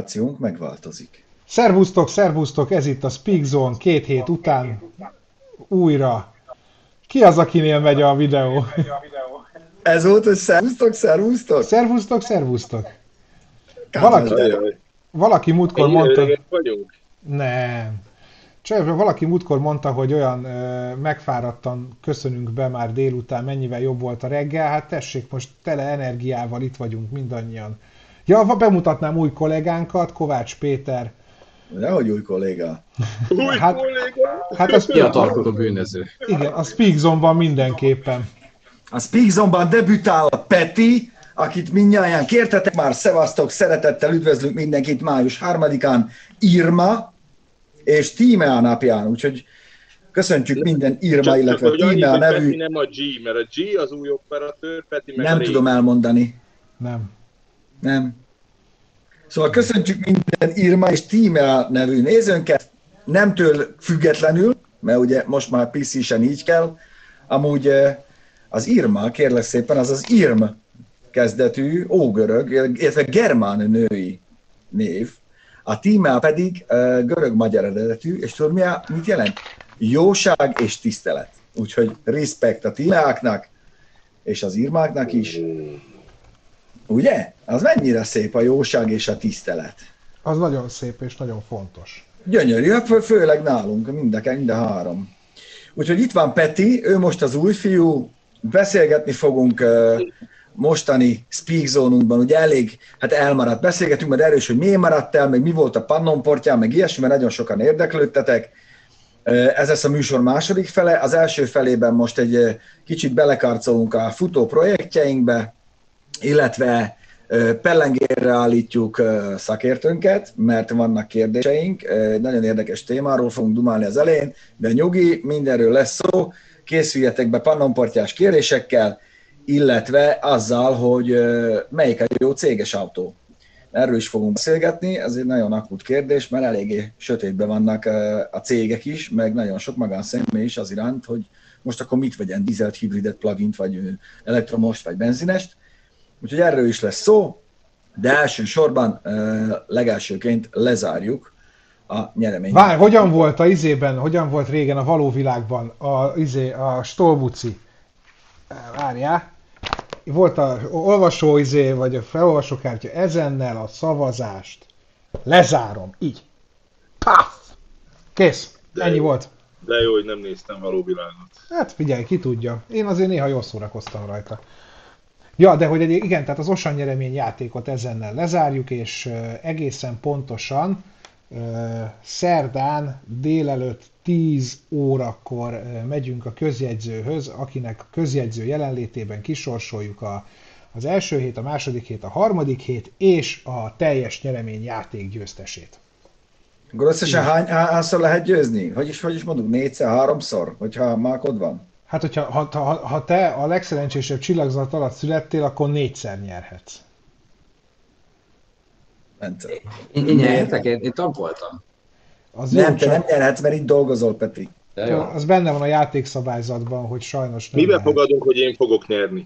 szituációnk megváltozik. Szervusztok, szervusztok, ez itt a Speak Zone 2 hét után újra. Ki az, akinél megy a videó? Ez volt, hogy szervusztok, szervusztok? Szervusztok, szervusztok. Valaki, Ajaj. valaki múltkor Ennyire mondta... öregek vagyunk? Nem. Csak valaki múltkor mondta, hogy olyan megfáradtan köszönünk be már délután, mennyivel jobb volt a reggel. Hát tessék, most tele energiával itt vagyunk mindannyian. Ja, bemutatnám új kollégánkat, Kovács Péter. Nehogy új kolléga. Új Hát- kolléga! Hát az Fiatalkodó bűnöző. igen, a Speak Zone-ban mindenképpen. A Speakzone-ban debütál a Peti, akit mindnyáján kértetek már, szevasztok, szeretettel üdvözlünk mindenkit május 3-án, Irma és Tímea napján, úgyhogy köszöntjük minden Irma, illetve hogy annyit, Tímea hogy Peti nevű, nem a G, mert a G az új operatőr, Peti meg a nem régi. tudom elmondani. Nem. Nem. Szóval köszöntjük minden Irma és Tímea nevű nézőnket, nemtől függetlenül, mert ugye most már PC-sen így kell, amúgy az Irma, kérlek szépen, az az Irm kezdetű, ógörög, illetve germán női név, a Tímea pedig görög-magyar eredetű, és tudod mit jelent? Jóság és tisztelet. Úgyhogy respekt a Tímeáknak, és az Irmáknak is. Ugye? Az mennyire szép a jóság és a tisztelet. Az nagyon szép és nagyon fontos. Gyönyörű, főleg nálunk, mind a három. Úgyhogy itt van Peti, ő most az új fiú, beszélgetni fogunk mostani Speak Zone-unkban, ugye elég, hát elmaradt, beszélgetünk majd erről is, hogy miért maradt el, meg mi volt a Pannonportján, meg ilyesmi, mert nagyon sokan érdeklődtetek. Ez lesz a műsor második fele, az első felében most egy kicsit belekarcolunk a futó projektjeinkbe, illetve pellengérre állítjuk szakértőnket, mert vannak kérdéseink. Nagyon érdekes témáról fogunk dumálni az elején, de nyugi, mindenről lesz szó. Készüljetek be pannonportyás kérésekkel, illetve azzal, hogy melyik a jó céges autó. Erről is fogunk beszélgetni, ez egy nagyon akut kérdés, mert eléggé sötétben vannak a cégek is, meg nagyon sok magánszemély is az iránt, hogy most akkor mit vegyen, dízelt, hibridet, plugint, vagy elektromost, vagy benzinest. Úgyhogy erről is lesz szó, de elsősorban legelsőként lezárjuk a nyereményt. Várj, hogyan volt a izében, hogyan volt régen a való világban a Stolbuci? Várjál. Volt a olvasó vagy a felolvasókártya, ezennel a szavazást lezárom, így. Paf! Kész, ennyi volt. De jó, hogy nem néztem való világot. Hát figyelj, ki tudja. Én azért néha jól szórakoztam rajta. Ja, de hogy igen, tehát az Osan nyeremény játékot ezennel lezárjuk, és egészen pontosan szerdán délelőtt 10 órakor megyünk a közjegyzőhöz, akinek a közjegyző jelenlétében kisorsoljuk az első hét, a második hét, a harmadik hét és a teljes nyeremény játék győztesét. Akkor összesen hányszor lehet győzni? Hogy is mondjuk, 4-szer, 3-szor, hogyha mákod van? Hát, hogyha ha te a legszerencsésebb csillagzat alatt születtél, akkor 4-szer nyerhetsz. Bence. Én nyertek? Én tag voltam. Az jó, Nem, te csak nem nyerhetsz, mert itt dolgozol, Peti. De jó. az benne van a játékszabályzatban, hogy sajnos nem Miben lehet. fogadunk, hogy én fogok nyerni?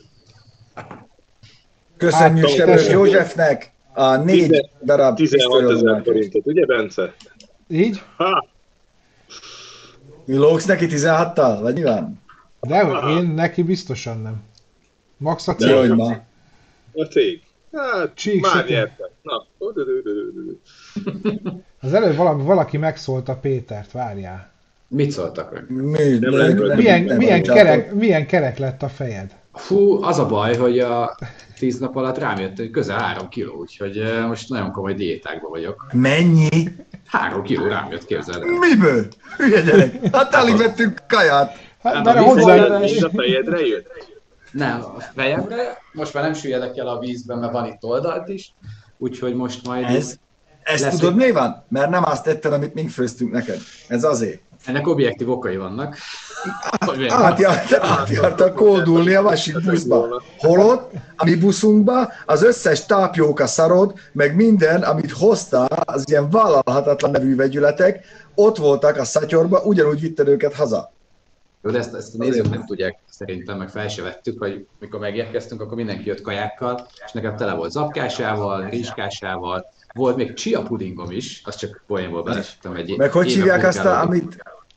Köszönjük Hát, Sebős tessék. Józsefnek a 4 darab 16 000 pisztolyot. forintot, ugye Bence? Így? Ha! Mi lógsz neki 16-tal? Vagy mi van? De én neki biztosan nem. Max a De cég. hogy ma? A cég. Hát, Csík már sötét. nyertem. Na. Az előbb valaki megszólta Pétert, várjál. Mit szóltak meg? Nem lehet, Milyen kerek lett a fejed? Hú, az a baj, hogy a 10 nap alatt rám jött hogy közel 3 kiló, úgyhogy most nagyon komoly diétákban vagyok. Mennyi? 3 kiló rám jött, képzeld el. Miből? Hülye gyerek. Hát alig vettünk kaját. Hát, Hát mert a a hozzá... Mind a fejedre jött? Nem, a fejemre, most már nem süllyedek el a vízben, mert van itt oldalt is, úgyhogy most majd... Ezt lesz tudod egy- mi van? Mert nem azt tetted, amit mink főztünk neked. Ez azért. Ennek objektív okai vannak. Hogy miért? Átjártak kódulni a másik buszba. Holott a mi buszunkba az összes tápjóka szarod, meg minden, amit hoztál, az ilyen vállalhatatlan nevű vegyületek, ott voltak a szatyorba, ugyanúgy vitted őket haza. Jó, de ezt a nézők nem tudják, szerintem meg fel se vettük, hogy mikor megérkeztünk, akkor mindenki jött kajákkal, és nekem tele volt zapkásával, rizskásával, volt még chia pudingom is, azt csak poénból belesítem egy Meg hogy hívják azt, amit...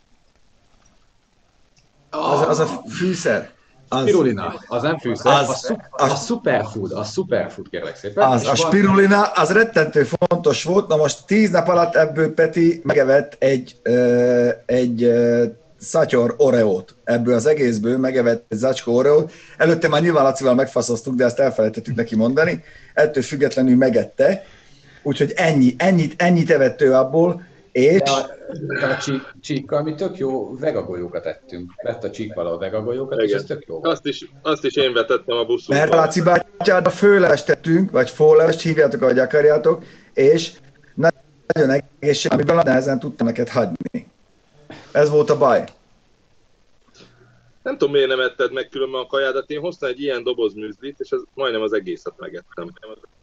Oh, az a fűszer? Spirulina, az nem fűszer, a superfood kérlek szépen. A spirulina, az rettentő fontos volt, na most 10 nap alatt ebből Peti megevett egy szatyor Oreót. Ebből az egészből megevett egy zacskó Oreót. Előtte már nyilván Lacival megfaszoztuk, de ezt elfelejtettük neki mondani. Ettől függetlenül megette. Úgyhogy ennyit evett ő abból, és... De a csíkkal mi tök jó vegagolyókat ettünk. Vett a csíkkal a vegagolyókat, és ez tök jó. Azt is én vetettem a buszon. Mert Laci bátyára főlevest tettünk, vagy fólevest, hívjátok, ahogy akarjátok, és nagyon egészség, amiben nehezen tudtam neked hagyni. Ez volt a baj. Nem tudom, miért nem etted meg különben a kajádat. Én hoztam egy ilyen doboz műzlit, és majdnem az egészet megettem.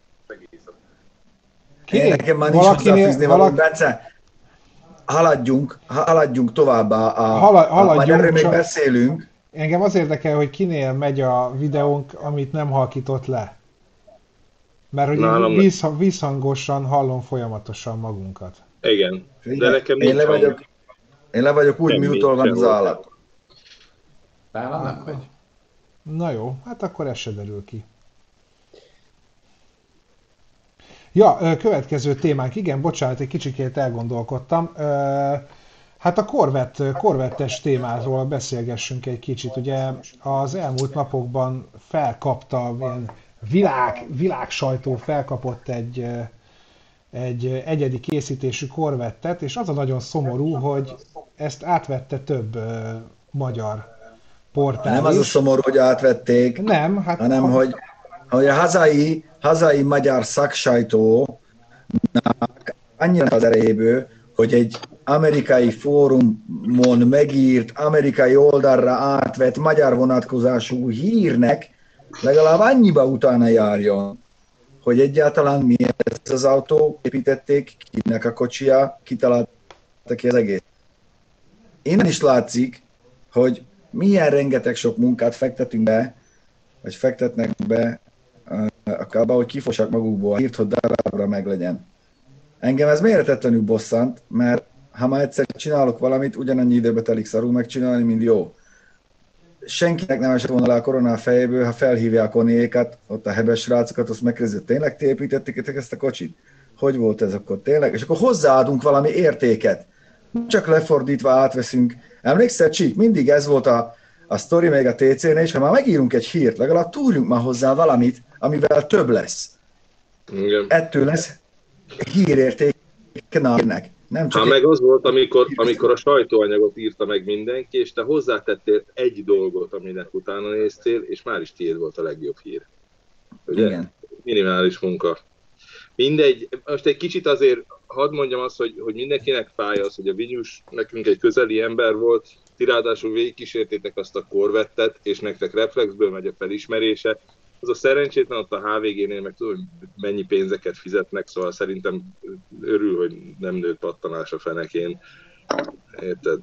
Nekem már nincs hozzáfűzni valami, Bence. Haladjunk tovább, majd erről még beszélünk. Engem az érdekel, hogy kinél megy a videónk, amit nem halkított le. Mert hogy visszhangosan hallom folyamatosan magunkat. Igen, de nekem nincs én le vagyok úgy, miutól van az állat. Nálam nem megy. Na jó, hát akkor ez se derül ki. Ja, következő témánk, igen, bocsánat, egy kicsikét elgondolkodtam. Hát a Corvette-es témáról beszélgessünk egy kicsit. Ugye az elmúlt napokban felkapta, ilyen világsajtó felkapott egy egyedi készítésű Corvette-et, és az a nagyon szomorú, hogy ezt átvette több magyar portál. Nem az a szomorú, hogy átvették, nem, hát hanem hogy a hazai magyar szaksajtónak annyira az erejéből, hogy egy amerikai fórumon megírt, amerikai oldalra átvett magyar vonatkozású hírnek legalább annyiba utána járjon, hogy egyáltalán mi ez az autó, építették, kinek a kocsia, kitalálta ki az egész. Innen is látszik, hogy milyen rengeteg sok munkát fektetünk be, vagy fektetnek be akárba, hogy kifossák magukból a hírt, hogy darabra meglegyen. Engem ez méretetlenül bosszant, mert ha már egyszer csinálok valamit, ugyanannyi időbe telik szarul megcsinálni, mint jó. Senkinek nem esett volna le a koronál fejéből, ha felhívják Oniékat, ott a hebes srácokat, azt megkérdezik, tényleg ti építettétek ezt a kocsit? Hogy volt ez akkor tényleg? És akkor hozzáadunk valami értéket. Csak lefordítva átveszünk. Emlékszel, Csík? Mindig ez volt a sztori még a TC-nél, és ha már megírunk egy hírt, legalább túrjunk már hozzá valamit, amivel több lesz. Igen. Ettől lesz hírérték hírnek. Nem csak meg az volt, amikor a sajtóanyagot írta meg mindenki, és te hozzátettél egy dolgot, aminek utána néztél, és már is tiéd volt a legjobb hír. Ugye? Igen. Minimális munka. Mindegy, most egy kicsit azért hadd mondjam azt, hogy mindenkinek fáj az, hogy a Vinyus nekünk egy közeli ember volt, ti ráadásul végigkísértétek azt a Corvettet, és nektek reflexből megy a felismerése. Az a szerencsétlen ott a HVG-nél, meg tudom, hogy mennyi pénzeket fizetnek, szóval szerintem örül, hogy nem nőtt pattanás a fenekén. Érted?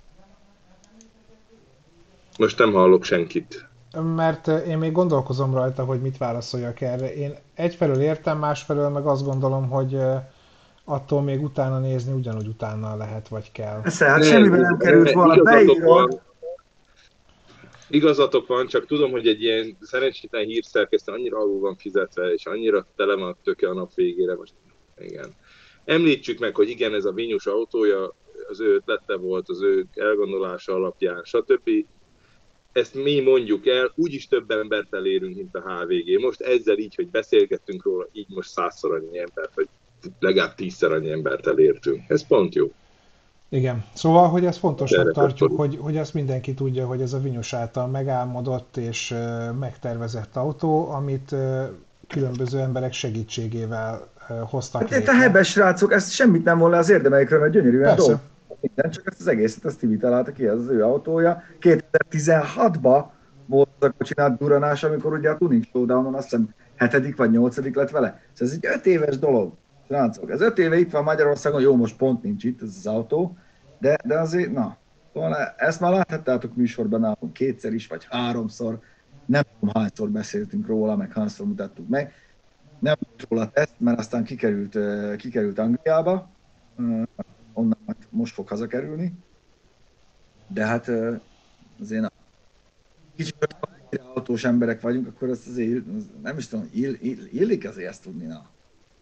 Most nem hallok senkit. Mert én még gondolkozom rajta, hogy mit válaszoljak erre. Én egyfelől értem, másfelől meg azt gondolom, hogy attól még utána nézni ugyanúgy utána lehet, vagy kell. Hát semmiben nem került volna beírva. Igazatok van, csak tudom, hogy egy ilyen szerencsétlen hírszerkesztő annyira alul van fizetve, és annyira tele van a töke a nap végére. Most igen. Említsük meg, hogy igen, ez a Vinyus autója, az ő ötlete volt, az ő elgondolása alapján, stb. Ezt mi mondjuk el, úgyis több embert elérünk, mint a HVG. Most ezzel így, hogy beszélgettünk róla, így most 100-szor annyi embert, vagy legalább 10-szer annyi embert elértünk. Ez pont jó. Igen. Szóval, hogy ezt fontosnak tartjuk, hogy ezt mindenki tudja, hogy ez a Vinyus által megálmodott és megtervezett autó, amit különböző emberek segítségével hoztak létre. Hát a hebes srácok, ezt semmit nem volna az érdemeikről, mert gyönyörűen dolg. Minden, csak ezt az egészet, azt Tibi találta ki, ez az ő autója. 2016-ban volt a kocsinát duranás, amikor ugye a Tuning Showdownon azt hiszem 7. vagy 8. lett vele. Ez egy 5 éves dolog, srácok. Ez 5 éve itt van Magyarországon, jó, most pont nincs itt ez az autó, de azért, na, ezt már láthattátok műsorban nálunk 2-szer is, vagy 3-szor. Nem tudom, hányszor beszéltünk róla, meg hányszor mutattuk meg. Nem róla teszt, mert aztán kikerült Angliába, onnan most fog hazakerülni, de hát azért kicsit autós emberek vagyunk, akkor azt azért, nem is tudom, illik azért ezt tudni, na.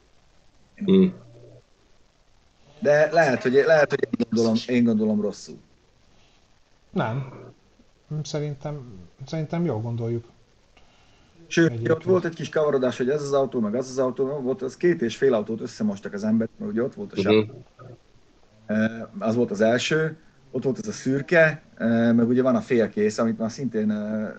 De lehet, hogy én gondolom rosszul. Nem. Szerintem jól gondoljuk. Sőt, ott volt egy kis kavarodás, hogy ez az autó, meg az autó, volt az 2,5 autót összemostak az emberek, mert ugye ott volt a sáv. Az volt az első, ott volt ez a szürke, meg ugye van a félkész, amit már szintén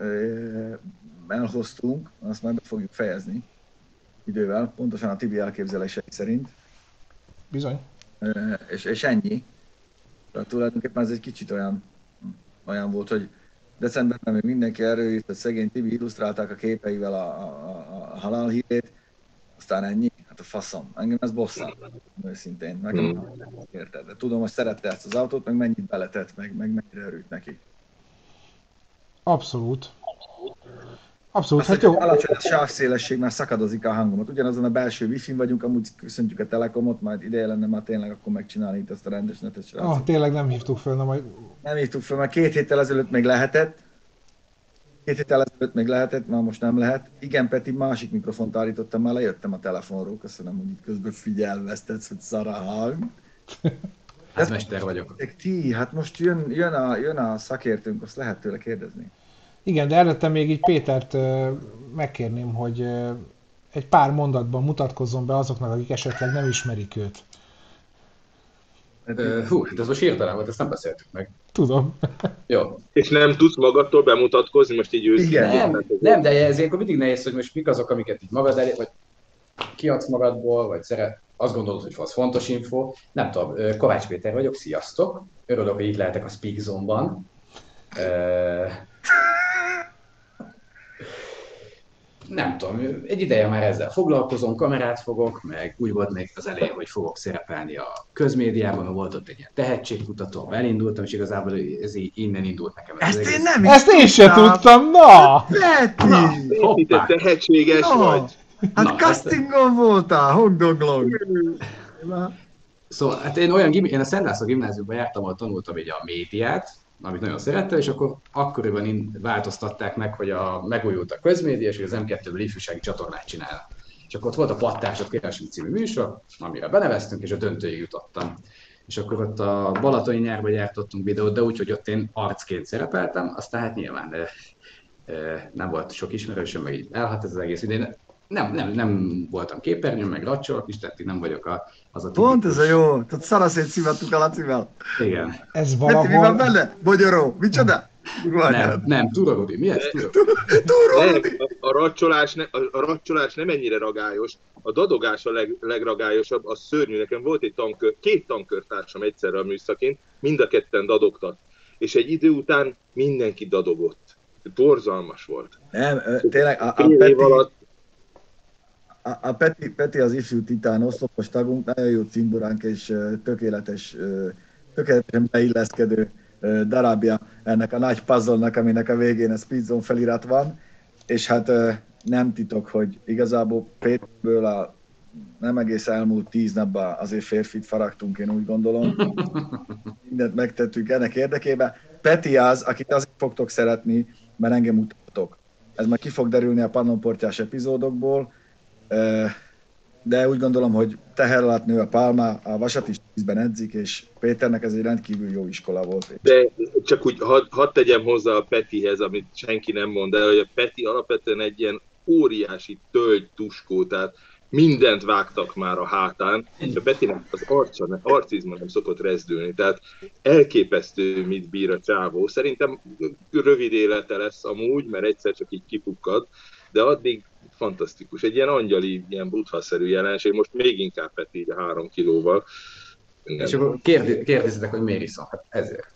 elhoztunk, azt már be fogjuk fejezni idővel, pontosan a Tibi elképzelései szerint. Bizony. És ennyi. Tehát tulajdonképpen ez egy kicsit olyan volt, hogy decemberben még mindenki erről írt, hogy szegény Tibi illusztrálták a képeivel a halálhírét, aztán ennyi, hát a faszom. Engem ez bosszant, őszintén. Nekem érted. De tudom, hogy szerette ezt az autót, meg mennyit beletett, meg mennyire örült neki. Abszolút. Hát jó. Alacsony a sávszélesség, mert szakadozik a hangomat. Ugyanazon a belső wifi-n vagyunk, amúgy köszöntjük a Telekomot, majd ideje lenne már tényleg akkor megcsinálni itt ezt a rendes netet, srácok. Tényleg nem hívtuk föl, majd... Nem hívtuk föl, mert 2 héttel ezelőtt még lehetett. 2 héttel ezelőtt még lehetett, már most nem lehet. Igen, Peti, másik mikrofont állítottam, már lejöttem a telefonról. Köszönöm, hogy itt közben figyelmeztetsz, hogy szar a hang. Hát mester vagyok. Ti, hát most jön a szakértőnk, azt lehet tőle kérdezni. Igen, de előtte még így Pétert megkérném, hogy egy pár mondatban mutatkozzon be azoknak, akik esetleg nem ismerik őt. Hát ez most hirtelen volt, ezt nem beszéltük meg. Tudom. Jó. És nem tudsz magadtól bemutatkozni, most így őszintén? Nem, de ez ilyenkor mindig nehéz, hogy most mik azok, amiket így magad elé, vagy kiadsz magadból, vagy azt gondolod, hogy az fontos info. Nem tudom, Kovács Péter vagyok, sziasztok. Örülök, hogy itt lehetek a Speak Zone-ban. Nem tudom, egy ideje már ezzel foglalkozom, kamerát fogok, meg úgy volt még az elején, hogy fogok szerepelni a közmédiában, volt ott egy ilyen tehetségkutató, elindultam, és igazából ez így innen indult nekem. Ezt én sem tudtam, na! Peti, te tehetséges vagy. Hát castingon voltál, hongdoglong. Szóval hát én a Szent László gimnáziumban jártam, ahol tanultam így a médiát, amit nagyon szerettem, és akkor akkoriban változtatták meg, hogy megújult a közmédia, és az M2-ből ifjúsági csatornát csinálnak. És akkor ott volt a Pattársak Keresünk című műsor, amire beneveztünk, és a döntőig jutottam. És akkor ott a balatoni nyárban gyártottunk videót, de úgy, hogy ott én arcként szerepeltem, aztán hát nyilván nem volt sok ismerősöm, meg így elhat ez az egész idén. Nem voltam képernyőn, meg racsolok is, tehát nem vagyok az a tipikus... Pont ez a jó, tehát szaraszét szívattuk a Lacival. Igen. Ez valahol... Mi van benne? Bogyaró, micsoda? Nem, Turagodi, mi ez? A racsolás nem ennyire ragályos, a dadogás a legragályosabb, az szörnyű. Nekem volt egy 2 tankörtársam egyszerre a műszakén, mind a ketten dadogtak. És egy idő után mindenki dadogott. Borzalmas volt. Nem, tényleg, a Peti az ifjú titán, oszlopos tagunk, nagyon jó cimboránk és tökéletesen beilleszkedő darabja ennek a nagy puzzle-nak, aminek a végén a Speed Zone felirat van, és hát nem titok, hogy igazából Péterből a nem egész elmúlt 10 napban azért férfit faragtunk, én úgy gondolom. Mindent megtettünk ennek érdekében. Peti az, akit azért fogtok szeretni, mert engem mutatok. Ez már ki fog derülni a Pannonportyás epizódokból, de úgy gondolom, hogy teher alatt nő a pálma, a vasat is 10-ben edzik, és Péternek ez egy rendkívül jó iskola volt. De csak úgy hadd tegyem hozzá a Petihez, amit senki nem mond el, hogy a Peti alapvetően egy ilyen óriási tölgy tuskó, tehát mindent vágtak már a hátán, és a Petinek az arcizma nem szokott rezdülni, tehát elképesztő, mit bír a csávó. Szerintem rövid élete lesz amúgy, mert egyszer csak így kipukkad, de addig fantasztikus. Egy ilyen angyali, ilyen buthaszerű jelenség, most még inkább Peti 3 kilóval. És akkor kérdezitek, hogy miért iszom? Hát ezért.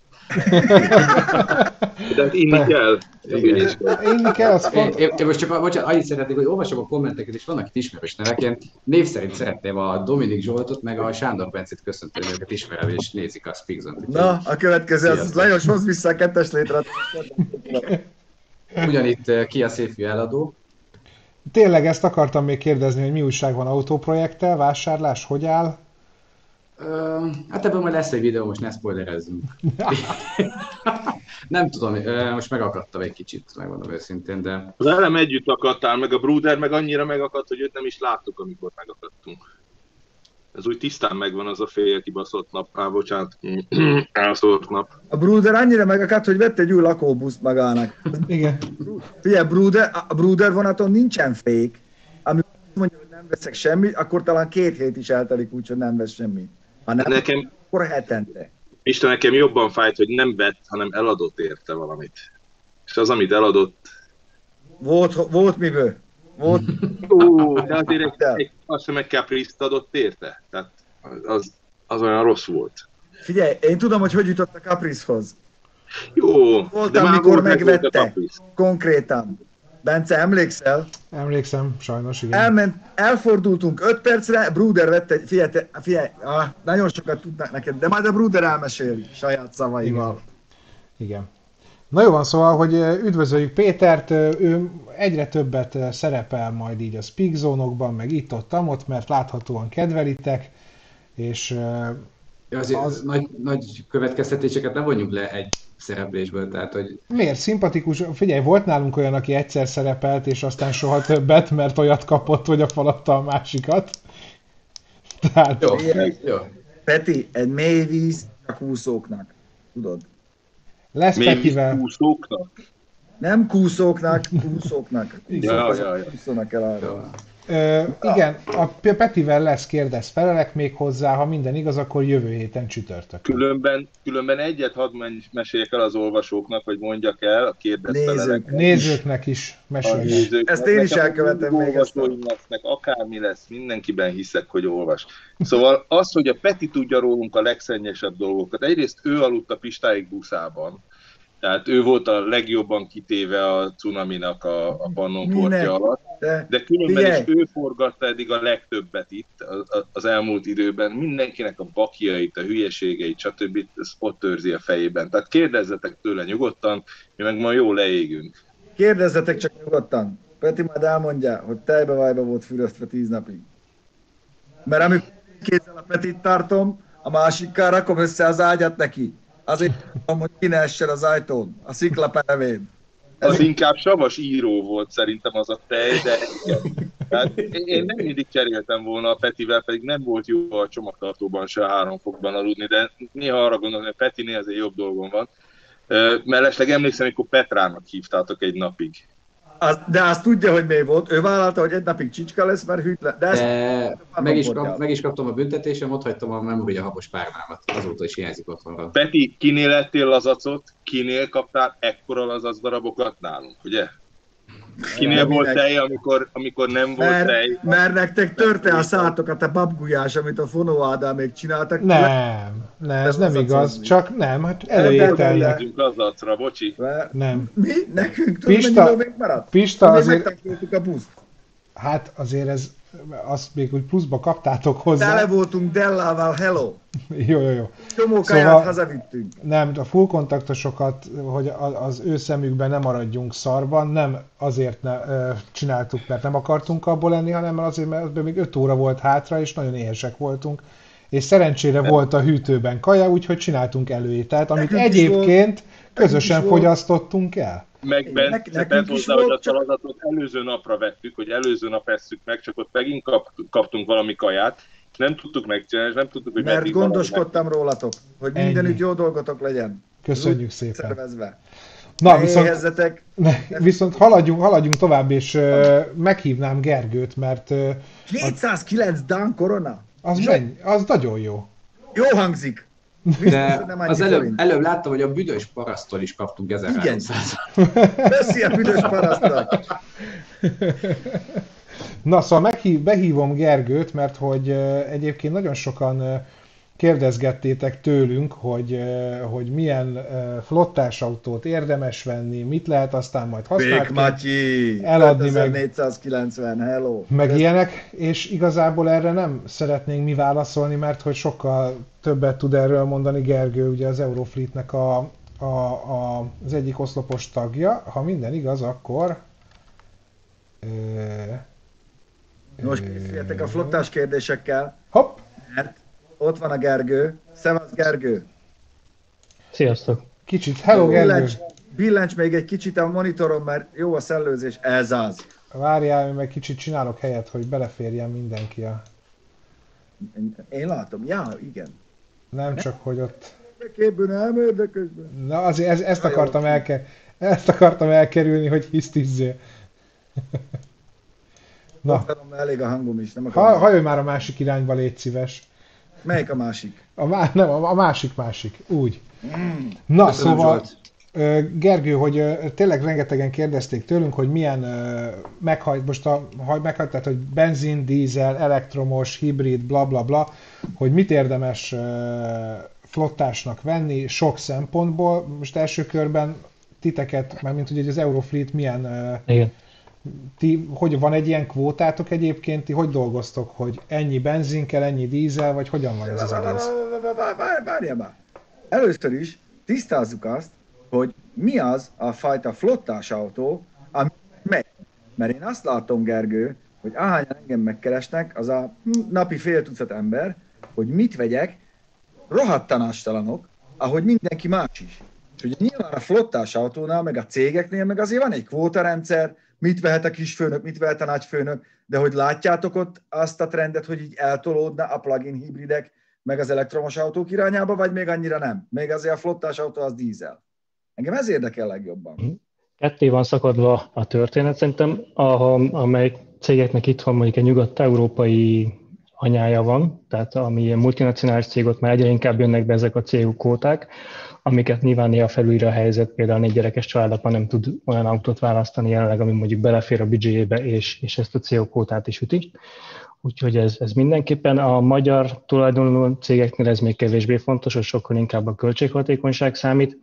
De hát inni kell. Inni kell, az én most csak annyit szeretnék, hogy olvasom a kommenteket, és vannak itt ismerős nevek. Én név szerint szeretném a Dominik Zsoltot, meg a Sándor Bencét köszönteni, őket ismerem, és nézik a Speak Zone-t. Na, a következő, az Lajos, hozz vissza a 2-es létret. Ugyanitt ki a szép eladó. Tényleg ezt akartam még kérdezni, hogy mi újság van autóprojekttel, vásárlás, hogy áll? Hát ebből majd lesz egy videó, most ne spoilerezzünk. Nem tudom, most megakadtam egy kicsit, megmondom őszintén, de... Az elem együtt akadtál, meg a Bruder meg annyira megakadt, hogy őt nem is láttuk, amikor megakadtunk. Ez úgy tisztán megvan az a fél kibaszott nap, bocsánat, elszórt nap. A Bruder annyira megakadt, hogy vett egy új lakóbuszt magának. Igen. Figyelj, a Bruder vonaton nincsen fék. Amikor mondja, hogy nem veszek semmit, akkor talán 2 hét is eltelik úgy, hogy nem vesz semmit. Ha nem, Nekem, akkor hetente. Isten, nekem jobban fájt, hogy nem vett, hanem eladott érte valamit. És az, amit eladott... Volt miből. Volt. De azért azt hiszem, egy Caprice-t adott érte. Tehát az olyan rossz volt. Figyelj, én tudom, hogy jutott a Caprice-hoz. Jó, Volt, de már amikor volt megvette. Konkrétan. Bence, emlékszel? Emlékszem, sajnos, igen. Elfordultunk 5 percre, Bruder vette, figyelj, nagyon sokat tudnak neked, de majd a Bruder elmeséli saját szavaival. Igen. Na jó van, szóval, hogy üdvözöljük Pétert, ő egyre többet szerepel majd így a Speak Zone-okban, meg itt-ott, mert láthatóan kedvelitek, és az... Nagy következtetéseket nem vonjuk le egy szereplésből, tehát hogy... Miért? Szimpatikus. Figyelj, volt nálunk olyan, aki egyszer szerepelt, és aztán soha többet, mert olyat kapott, hogy a falatta a másikat. Tehát... Jó. Peti, egy mély víz a kúszóknak, tudod? Lesz mély Petivel. Kúszóknak? Nem kúszóknak, kúszóknak. Kúszóknak el arra. Igen, a Petivel lesz kérdez-felelek még hozzá, ha minden igaz, akkor jövő héten csütörtökön. Különben egyet hadd meséljek el az olvasóknak, vagy mondjak el a kérdez-felelek. Nézőknek is meséljek. Ezt én is elkövetem még ezt. Lesznek, akármi lesz, mindenkiben hiszek, hogy olvas. Szóval az, hogy a Peti tudja rólunk a legszennyesebb dolgokat. Egyrészt ő aludt a Pistáig buszában. Tehát ő volt a legjobban kitéve a cunaminak a pannonportja alatt. De különben is ő forgatta eddig a legtöbbet itt az elmúlt időben. Mindenkinek a bakjait, a hülyeségeit, stb. Ott őrzi a fejében. Tehát kérdezzetek tőle nyugodtan, mi meg ma jól leégünk. Kérdezzetek csak nyugodtan. Peti majd elmondja, hogy tejbe-vajba volt füröztve 10 napig. Mert amikor kézzel a Petit tartom, a másikkal rakom össze az ágyat neki. Azért mondom, hogy ki ne essen az ajtón, a sziklapelvén. Az inkább savas író volt szerintem az a tej, de hát én nem mindig cseréltem volna a Petivel, pedig nem volt jó a csomagtartóban se 3 fokban aludni, de néha arra gondolom, hogy a Petinél azért jobb dolgom van. Mellesleg emlékszem, amikor Petrának hívtátok egy napig. De azt tudja, hogy mi volt. Ő vállalta, hogy egy napig csicska lesz, mert hűtlen. De meg is kaptam a büntetésem, ott hagytam a memória habos párnámat. Azóta is hiányzik otthonra. Peti, kinél lettél lazacot? Kinél kaptál ekkora lazac darabokat nálunk, ugye? Kinél volt tej, amikor nem volt tej? Mert nektek törte a szátokat a babgulyás, amit a Fonó Ádámék csináltak. Nem, ez nem igaz, csak nem, hát előételnek. Lazacra, bocsi. Nem. Mi? Nekünk tudod, mennyi még maradt? Pista azért... Megtakultuk a buszt. Hát azért azt még úgy pluszba kaptátok hozzá. Tele voltunk Dellával, hello! Jó. Csomó kaját hazavittünk. Nem, a full kontaktosokat, hogy az ő szemükben nem maradjunk szarban, nem azért csináltuk, mert nem akartunk abból lenni, hanem azért, mert még 5 óra volt hátra, és nagyon éhesek voltunk. És szerencsére volt a hűtőben kaja, úgyhogy csináltunk előételt, amit egyébként közösen fogyasztottunk el. Meg Bent hozzá, hogy a feladatot előző napra vettük, hogy előző nap esszük meg, csak ott megint kaptunk valami kaját, és nem tudtuk megcsinálni, nem tudtuk, hogy mert gondoskodtam rólatok, hogy mindenütt jó dolgotok legyen. Köszönjük szépen. Szervezve. Na, viszont haladjunk tovább, és meghívnám Gergőt, mert... 209 Dan Corona? Az nagyon jó. Jó hangzik. De az előbb láttam, hogy a büdös parasztól is kaptunk 1300. Köszi a büdös parasztnak! Na, szóval behívom Gergőt, mert hogy egyébként nagyon sokan kérdezgettétek tőlünk, hogy milyen flottás autót érdemes venni, mit lehet aztán majd használni, eladni, 5490, hello! Meg ilyenek, és igazából erre nem szeretnénk mi válaszolni, mert hogy sokkal többet tud erről mondani Gergő, ugye az Eurofleetnek az egyik oszlopos tagja. Ha minden igaz, akkor Most készüljetek a flottás kérdésekkel, Hopp! mert ott van a Gergő. Szevasz, Gergő! Sziasztok! Kicsit, hello Gergő! Billencs még egy kicsit a monitoron, mert jó a szellőzés, ez az. Várjál, én meg kicsit csinálok helyet, hogy beleférjen mindenki a... Én látom, ja, igen. Nem csak, hogy ott... Képből nem érdekes. Na azért ezt akartam elkerülni, hogy hisztizzél. Na, elég a hangom is, nem akarom. hajolj már a másik irányba, légy szíves. Melyik a másik? A másik, úgy. Na, Köszönöm, szóval, Zsolt. Gergő, hogy tényleg rengetegen kérdezték tőlünk, hogy milyen meghajtás, hogy benzin, dízel, elektromos, hibrid, bla bla bla, hogy mit érdemes flottásnak venni sok szempontból. Most első körben titeket, mármint hogy az Eurofleet milyen... Igen. Hogy van egy ilyen kvótátok egyébként, ti hogy dolgoztok, hogy ennyi benzin kell, ennyi dízel, vagy hogyan van ez az egész? Várjál már! Először is tisztázzuk azt, hogy mi az a fajta flottás autó, ami megy. Mert én azt látom, Gergő, hogy ahányan engem megkeresnek, az a napi fél tucat ember, hogy mit vegyek, rohadt tanástalanok, ahogy mindenki más is. És ugye nyilván a flottás autónál, meg a cégeknél, meg azért van egy kvótarendszer, mit vehet a kisfőnök, mit vehet a nagyfőnök, de hogy látjátok ott azt a trendet, hogy így eltolódna a plug-in hibridek, meg az elektromos autók irányába, vagy még annyira nem? Még azért a flottás autó az dízel. Engem ez érdekel legjobban. Ketté van szakadva a történet, szerintem, amely cégeknek itt van mondjuk egy nyugat-európai anyája van, tehát ami ilyen multinacionális cég, ott már egyre inkább jönnek be ezek a cégú kvóták, amiket nyilván néha felülír a helyzet, például 4 gyerekes családban nem tud olyan autót választani jelenleg, ami mondjuk belefér a büdzséjébe, és ezt a CO kvótát is üti. Úgyhogy ez mindenképpen a magyar tulajdonló cégeknél ez még kevésbé fontos, hogy sokkal inkább a költséghatékonyság számít.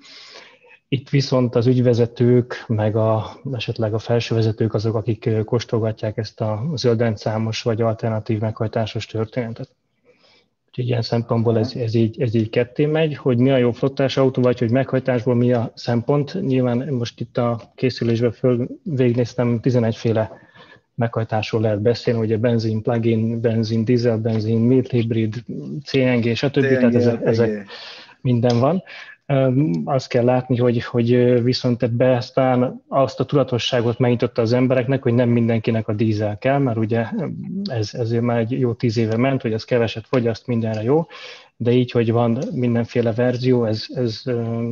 Itt viszont az ügyvezetők, meg esetleg a felsővezetők azok, akik kóstolgatják ezt a zöldrendszámos vagy alternatív meghajtásos történetet. Úgyhogy ilyen szempontból ez így ketté megy, hogy mi a jó flottás autó, vagy hogy meghajtásból mi a szempont. Nyilván most itt a készülésben végignéztem 11 féle meghajtásról lehet beszélni, ugye benzin, plug-in, benzin, diesel, benzin, mild hibrid, CNG, stb. Tehát ezek minden van. Azt kell látni, hogy viszont ebbe aztán azt a tudatosságot megnyitotta az embereknek, hogy nem mindenkinek a dízel kell, mert ugye ezért már egy jó 10 éve ment, hogy az keveset fogyaszt, mindenre jó, de így, hogy van mindenféle verzió, ez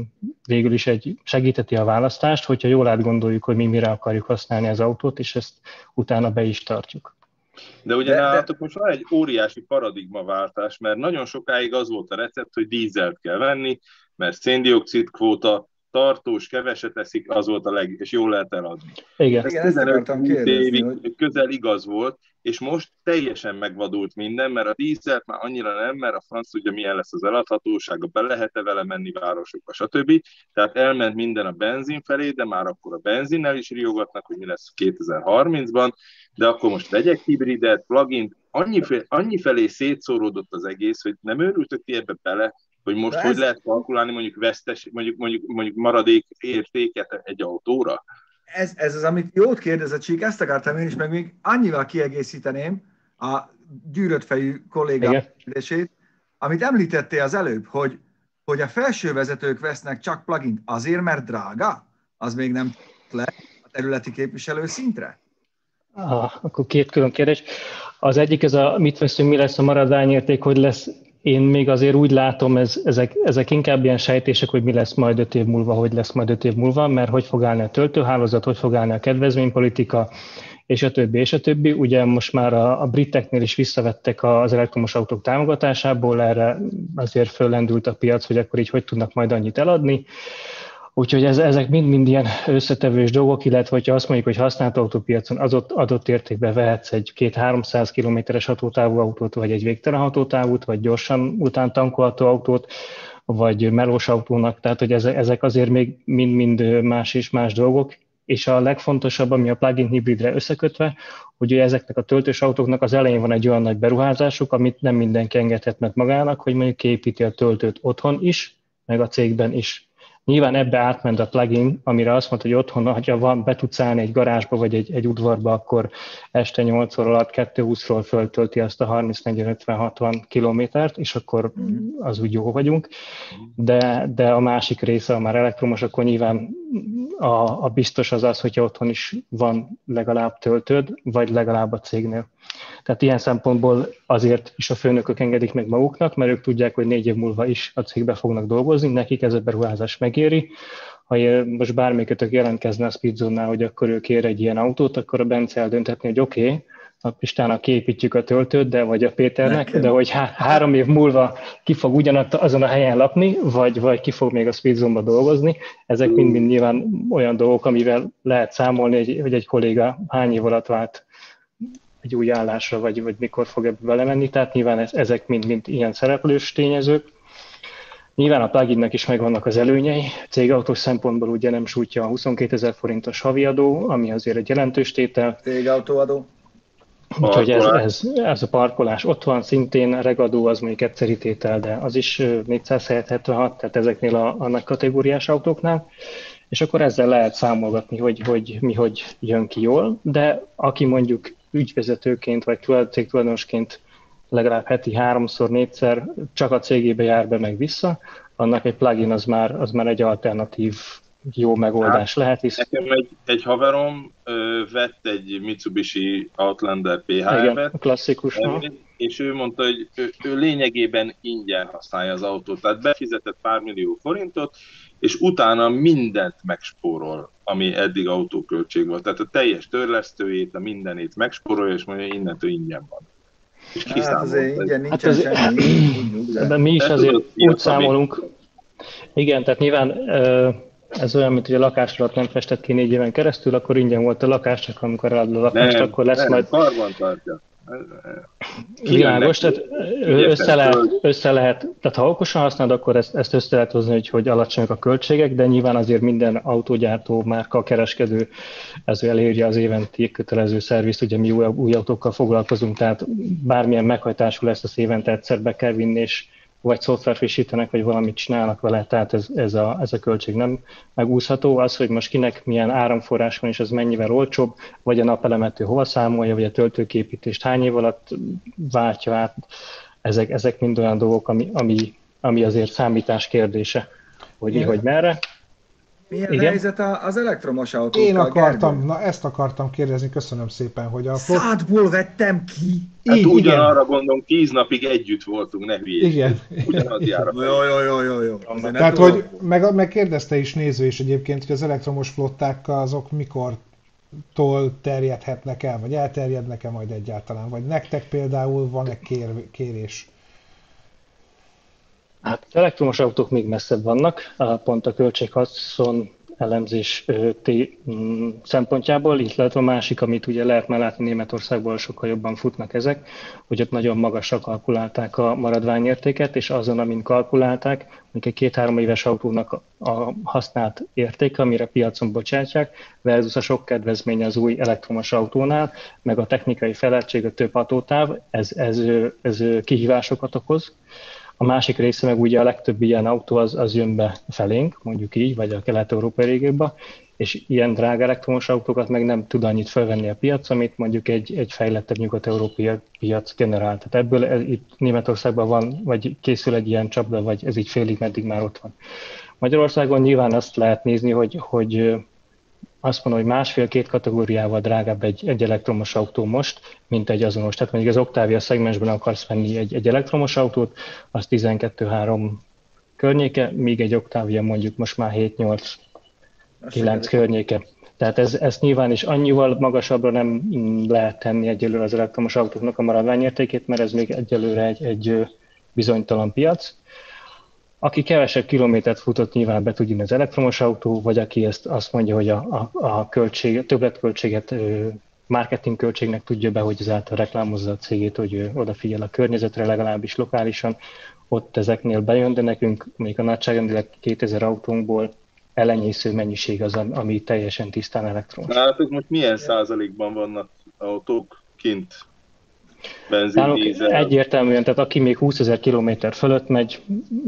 végül is segíteti a választást, hogyha jól átgondoljuk, hogy mi mire akarjuk használni az autót, és ezt utána be is tartjuk. De ugye nálatok most van egy óriási paradigmaváltás, mert nagyon sokáig az volt a recept, hogy dízelt kell venni, mert széndioxid kvóta tartós, keveset eszik, az volt és jól lehet eladni. Igen. Ez 15 évig közel igaz volt, és most teljesen megvadult minden, mert a dízelt már annyira nem, mert a franc tudja, milyen lesz az eladhatósága, be lehet-e vele menni városokba, stb. Tehát elment minden a benzin felé, de már akkor a benzinnel is riogatnak, hogy mi lesz 2030-ban, de akkor most vegyek hibridet, plugin, annyi felé szétszóródott az egész, hogy nem őrültök ti ebbe bele, hogy most hogy lehet kalkulálni mondjuk vesztes, mondjuk maradék értéket egy autóra? Ez az, amit jót kérdezett, Csík, ezt akartam én is, meg még annyival kiegészíteném a gyűrött fejű kollégám kérdését, amit említettél az előbb, hogy a felsővezetők vesznek csak plugin azért, mert drága? Az még nem le a területi képviselő szintre? Akkor 2 külön kérdés. Az egyik, mit veszünk, mi lesz a maradványérték, hogy lesz. Én még azért úgy látom, ezek inkább ilyen sejtések, hogy mi lesz majd 5 év múlva, hogy lesz majd 5 év múlva, mert hogy fog állni a töltőhálózat, hogy fog állni a kedvezménypolitika, és a többi, és a többi. Ugye most már a briteknél is visszavettek az elektromos autók támogatásából, erre azért föllendült a piac, hogy akkor így hogy tudnak majd annyit eladni. Úgyhogy ezek mind ilyen összetevős dolgok, illetve hogyha azt mondjuk, hogy használt autópiacon adott értékben vehetsz egy 200-300 kilométeres hatótávú autót, vagy egy végtelen hatótávút, vagy gyorsan utántankolható autót, vagy melós autónak, tehát hogy ezek azért még mind más és más dolgok, és a legfontosabb, ami a plug-in hibridre összekötve, hogy ezeknek a töltős autóknak az elején van egy olyan nagy beruházásuk, amit nem mindenki engedhet meg magának, hogy mondjuk kiépíti a töltőt otthon is, meg a cégben is. Nyilván ebbe átment a plugin, amire azt mondta, hogy otthon, ha be tudsz állni egy garázsba vagy egy udvarba, akkor este 8 óra alatt 220-ról föltölti azt a 30-40-50-60 kilométert, és akkor az úgy jó vagyunk. De a másik része, ha már elektromos, akkor nyilván a biztos az, hogyha otthon is van legalább töltőd, vagy legalább a cégnél. Tehát ilyen szempontból azért is a főnökök engedik meg maguknak, mert ők tudják, hogy 4 év múlva is a cégbe fognak dolgozni, nekik ez a beruházás megéri. Ha most bármelyikötök jelentkezne a Speedzone-nál, hogy akkor ő kér egy ilyen autót, akkor a Bence eldöntetni, hogy oké, a Pistának kiépítjük a töltőt, vagy a Péternek, de hogy 3 év múlva ki fog azon a helyen lakni, vagy ki fog még a Speedzone-ba dolgozni. Ezek mind nyilván olyan dolgok, amivel lehet számolni, hogy egy kolléga hány év alatt vált egy új állásra, vagy mikor fog ebbe belemenni, tehát nyilván ezek mind ilyen szereplős tényezők. Nyilván a pluginnek is megvannak az előnyei. Cégautós szempontból ugye nem sújtja a 22 000 forintos havi adó, ami azért egy jelentős tétel. Cégautóadó. Úgyhogy ez a parkolás ott van, szintén regadó az mondjuk egyszeri tétel, de az is 400 helyett 76, tehát ezeknél a nagy kategóriás autóknál. És akkor ezzel lehet számolgatni, hogy mi hogy jön ki jól, de aki mondjuk ügyvezetőként vagy cégtulajdonosként legalább heti 3-4-szer csak a cégébe jár be meg vissza, annak egy plugin az már egy alternatív jó megoldás lehet. Nekem egy haverom vett egy Mitsubishi Outlander PHEV-et, igen, klasszikus, és ő mondta, hogy ő lényegében ingyen használja az autót, tehát befizetett pár millió forintot, és utána mindent megspórol, ami eddig autóköltség volt. Tehát a teljes törlesztőjét, a mindenét megspórolja, és mondja, hogy innentől ingyen van. Hát azért ingyen nincsen semmi. De mi is azért úgy számolunk. Igen, tehát nyilván ez olyan, mint hogy a lakás alatt nem festett ki 4 éven keresztül, akkor ingyen volt a lakás, csak amikor eladod a lakást, akkor lesz majd... Karban tartja. Világos, tehát össze lehet, tehát ha okosan használod, akkor ezt össze lehet hozni, hogy alacsonyak a költségek, de nyilván azért minden autógyártó, márka, kereskedő ez elérje az éventi kötelező szervizt, ugye mi új autókkal foglalkozunk, tehát bármilyen meghajtású lesz, az évente egyszer be kell vinni, és vagy szoftver frissítenek, vagy valamit csinálnak vele, tehát ez a költség nem megúszható. Az, hogy most kinek milyen áramforrás van, és az mennyivel olcsóbb, vagy a napelemető hova számolja, vagy a töltőképítést hány év alatt váltja át, ezek mind olyan dolgok, ami azért számítás kérdése, hogy merre. Milyen helyzet az elektromos autókkal? Ezt akartam kérdezni, köszönöm szépen, hogy a... Szádból vettem ki! Hát ugyanarra gondolom, 10 napig együtt voltunk, ne hülyés. Igen. Ugyanaz jár. Jó. Tehát, hogy megkérdezte is néző is egyébként, hogy az elektromos flottákkal azok mikortól terjedhetnek el, vagy elterjednek-e majd egyáltalán, vagy nektek például van-e kérés? Hát az elektromos autók még messzebb vannak, pont a költséghaszon elemzés szempontjából, illetve a másik, amit ugye lehet már látni Németországból, sokkal jobban futnak ezek, hogy ott nagyon magasra kalkulálták a maradványértéket, és azon, amin kalkulálták, mondjuk egy 2-3 éves autónak a használt értéke, amire piacon bocsátják, versus a sok kedvezmény az új elektromos autónál, meg a technikai fejlettség, a több hatótáv, ez kihívásokat okoz. A másik része meg ugye a legtöbb ilyen autó az jön be felénk, mondjuk így, vagy a kelet-európai régióba, és ilyen drága elektromos autókat meg nem tud annyit felvenni a piac, amit mondjuk egy fejlettebb nyugat-európai piac generál. Tehát ebből itt Németországban van, vagy készül egy ilyen csapda, vagy ez így félig meddig már ott van. Magyarországon nyilván azt lehet nézni, hogy azt mondom, hogy 1,5-2 kategóriával drágább egy elektromos autó most, mint egy azonos. Tehát mondjuk az Octavia szegmensben akarsz venni egy elektromos autót, az 12-3 környéke, míg egy Octavia mondjuk most már 7-8-9 környéke. Tehát ezt nyilván is annyival magasabbra nem lehet tenni egyelőre az elektromos autóknak a maradványértékét, mert ez még egyelőre egy bizonytalan piac. Aki kevesebb kilométert futott, nyilván be tud jönni az elektromos autó, vagy aki azt mondja, hogy a többletköltséget marketing költségnek tudja be, hogy ezáltal reklámozza a cégét, hogy odafigyel a környezetre, legalábbis lokálisan, ott ezeknél bejön, de nekünk még a nagyságrendileg 2000 autónkból elenyésző mennyiség az, ami teljesen tisztán elektromos. Nálatok most milyen százalékban vannak autók kint? Egyértelműen, tehát aki még 20 000 kilométer fölött megy,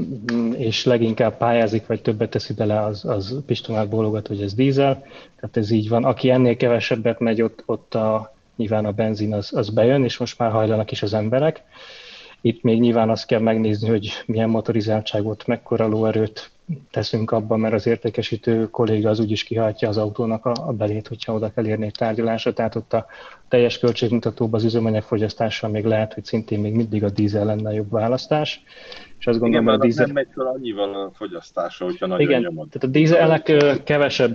és leginkább pályázik, vagy többet teszi bele, az Pistonát bólogat, hogy ez dízel. Tehát ez így van. Aki ennél kevesebbet megy, ott nyilván a benzin az bejön, és most már hajlanak is az emberek. Itt még nyilván azt kell megnézni, hogy milyen motorizáltságot, mekkora lóerőt teszünk abban, mert az értékesítő kolléga az úgyis kihajtja az autónak a belét, hogyha oda kell érni egy tárgyalásra, tehát ott a teljes költségmutatóban az üzemanyagfogyasztással még lehet, hogy szintén még mindig a dízel lenne a jobb választás. És azt gondolom, igen, a dízel... nem megy fel annyival a fogyasztása, hogyha nagyon igen, nyomod. Tehát a dízelnek kevesebb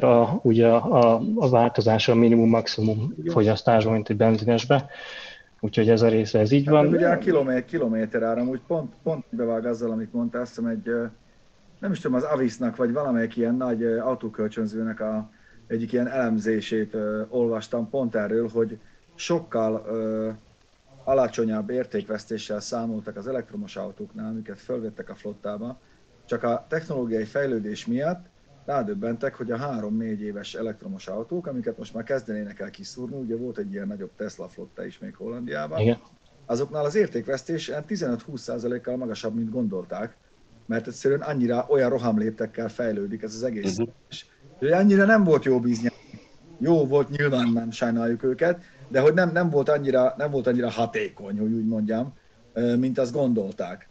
a változása, a minimum-maximum fogyasztásban, mint egy benzinesbe. Úgyhogy ez a része, ez így van. Ugye a kilométer áram úgy pont bevág azzal, amit mondtál, azt hiszem nem is tudom, az Avisnak, vagy valamelyik ilyen nagy autókölcsönzőnek egyik ilyen elemzését olvastam pont erről, hogy sokkal alacsonyabb értékvesztéssel számoltak az elektromos autóknál, amiket fölvettek a flottába, csak a technológiai fejlődés miatt rádöbbentek, hogy a 3-4 éves elektromos autók, amiket most már kezdenének el kiszúrni, ugye volt egy ilyen nagyobb Tesla flotta is még Hollandiában, igen. Azoknál az értékvesztés 15-20%-kal magasabb, mint gondolták, mert egyszerűen annyira olyan rohamléptekkel fejlődik ez az egész. És annyira nem volt jó bízni. Jó volt, nyilván nem sajnáljuk őket, de hogy nem volt annyira hatékony, hogy úgy mondjam, mint azt gondolták.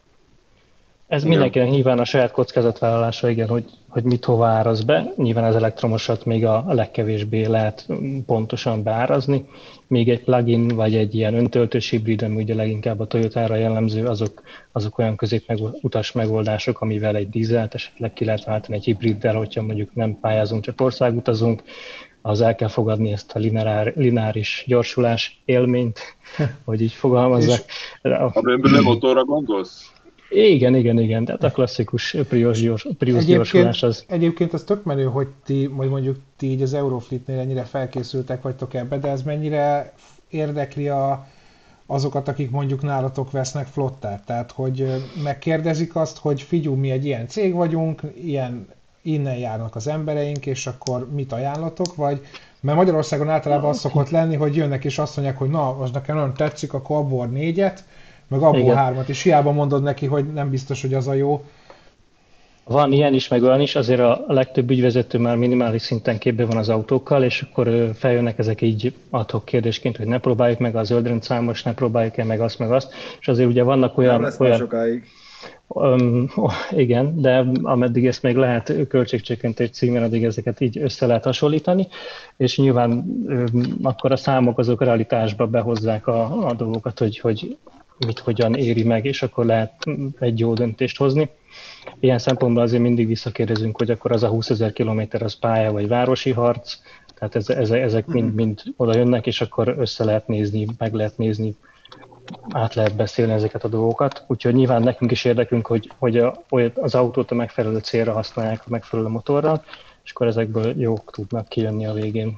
Ez mindenkinek nyilván a saját kockázatvállalása, igen, hogy mit hova áraz be. Nyilván az elektromosat még a legkevésbé lehet pontosan beárazni. Még egy plug-in vagy egy ilyen öntöltős hibrid, ami ugye leginkább a Toyotára jellemző, azok olyan középutas megoldások, amivel egy dízelt esetleg ki lehet váltani egy hibriddel, hogyha mondjuk nem pályázunk, csak országutazunk, az el kell fogadni ezt a lineáris gyorsulás élményt, hogy így fogalmazzak. A bőmből motorra gondolsz? Igen, tehát a klasszikus Prius gyorsulás az. Egyébként az tök menő, hogy mondjuk ti így az Eurofleetnél ennyire felkészültek vagytok ebbe, de ez mennyire érdekli azokat, akik mondjuk nálatok vesznek flottát? Tehát, hogy megkérdezik azt, hogy figyelj, mi egy ilyen cég vagyunk, innen járnak az embereink, és akkor mit ajánlatok? Vagy, mert Magyarországon általában az szokott lenni, hogy jönnek és azt mondják, hogy na, most nekem nagyon tetszik, akkor abból 4-et, meg abból 3-at, és hiába mondod neki, hogy nem biztos, hogy az a jó. Van ilyen is, meg olyan is, azért a legtöbb ügyvezető már minimális szinten képben van az autókkal, és akkor feljönnek ezek így ad-hoc kérdésként, hogy ne próbáljuk meg a zöldrendszámos, ne próbáljuk meg azt, és azért ugye vannak olyan... Nem lesz már sokáig. Igen, de ameddig ezt még lehet költségcsökkentés címen, addig ezeket így össze lehet hasonlítani, és nyilván akkor a számok azok realitásba behozzák a dolgokat, hogy mit hogyan éri meg, és akkor lehet egy jó döntést hozni. Ilyen szempontból azért mindig visszakérdezünk, hogy akkor az a 20 000 kilométer az pálya vagy városi harc, tehát ezek mind oda jönnek, és akkor össze lehet nézni, meg lehet nézni, át lehet beszélni ezeket a dolgokat. Úgyhogy nyilván nekünk is érdekünk, hogy az autót a megfelelő célra használják a megfelelő motorral, és akkor ezekből jók tudnak kijönni a végén.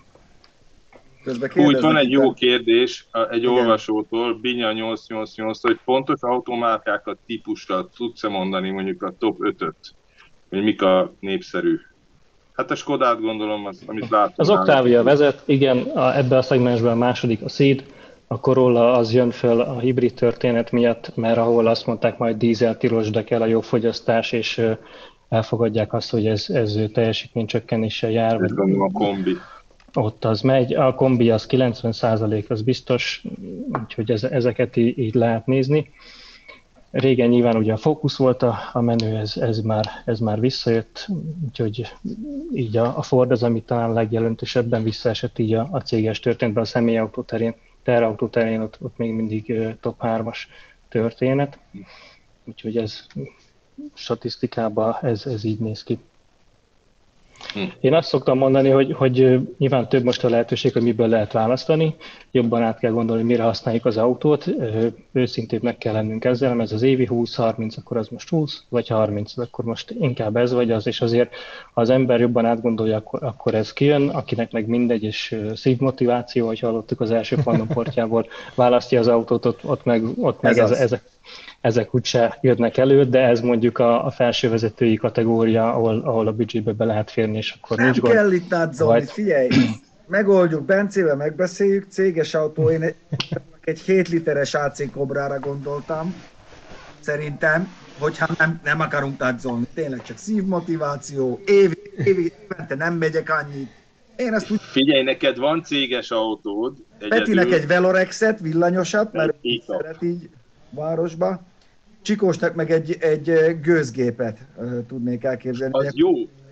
Úgy van egy jó kérdés egy olvasótól, Binya 888, hogy pontos automárkákat, típusra tudsz-e mondani mondjuk a top 5-öt, hogy mik a népszerű? Hát a Skodát gondolom, amit látom. Az Octavia vezet, igen, ebben a szegmensben a második a Ceed, a Corolla az jön föl a hibrid történet miatt, mert ahol azt mondták majd dízel tilos, de kell a jó fogyasztás, és elfogadják azt, hogy ez teljesítménycsökkenéssel jár. Ez gondolom a kombi. Ott az megy, a kombi az 90% az biztos, úgyhogy ezeket így lehet nézni. Régen nyilván ugye a Focus volt a menő, ez már visszajött, úgyhogy így a Ford az, ami talán legjelentősebben visszaesett így a céges történetben, a személyautó terén, teherautó terén ott még mindig top 3-as történet, úgyhogy ez statisztikában ez így néz ki. Én azt szoktam mondani, hogy nyilván több most a lehetőség, hogy miből lehet választani, jobban át kell gondolni, mire használjuk az autót, őszintébbnek kell lennünk ezzel, mert ez az évi 20-30, akkor az most 20, vagy 30, akkor most inkább ez vagy az, és azért ha az ember jobban átgondolja, akkor ez kijön, akinek meg mindegy, és szívmotiváció, hogy hallottuk az első pannomportjából, választja az autót, ott meg ezek úgyse jönnek elő, de ez mondjuk a felsővezetői kategória, ahol a büdzsébe be lehet férni, és akkor nem nincs gond. Nem kell itt átszolni, figyelj! Megoldjuk, Bencével megbeszéljük, céges autó, én egy 7 literes AC Cobrára gondoltam, szerintem, hogyha nem akarunk tadzolni, tényleg csak szívmotiváció, évente nem megyek annyit. Én azt úgy... Figyelj, neked van céges autód. Petinek egy Velorexet, villanyosat, mert szeret így városba. Csikósnak meg egy gőzgépet tudnék elképzelni. Az jó.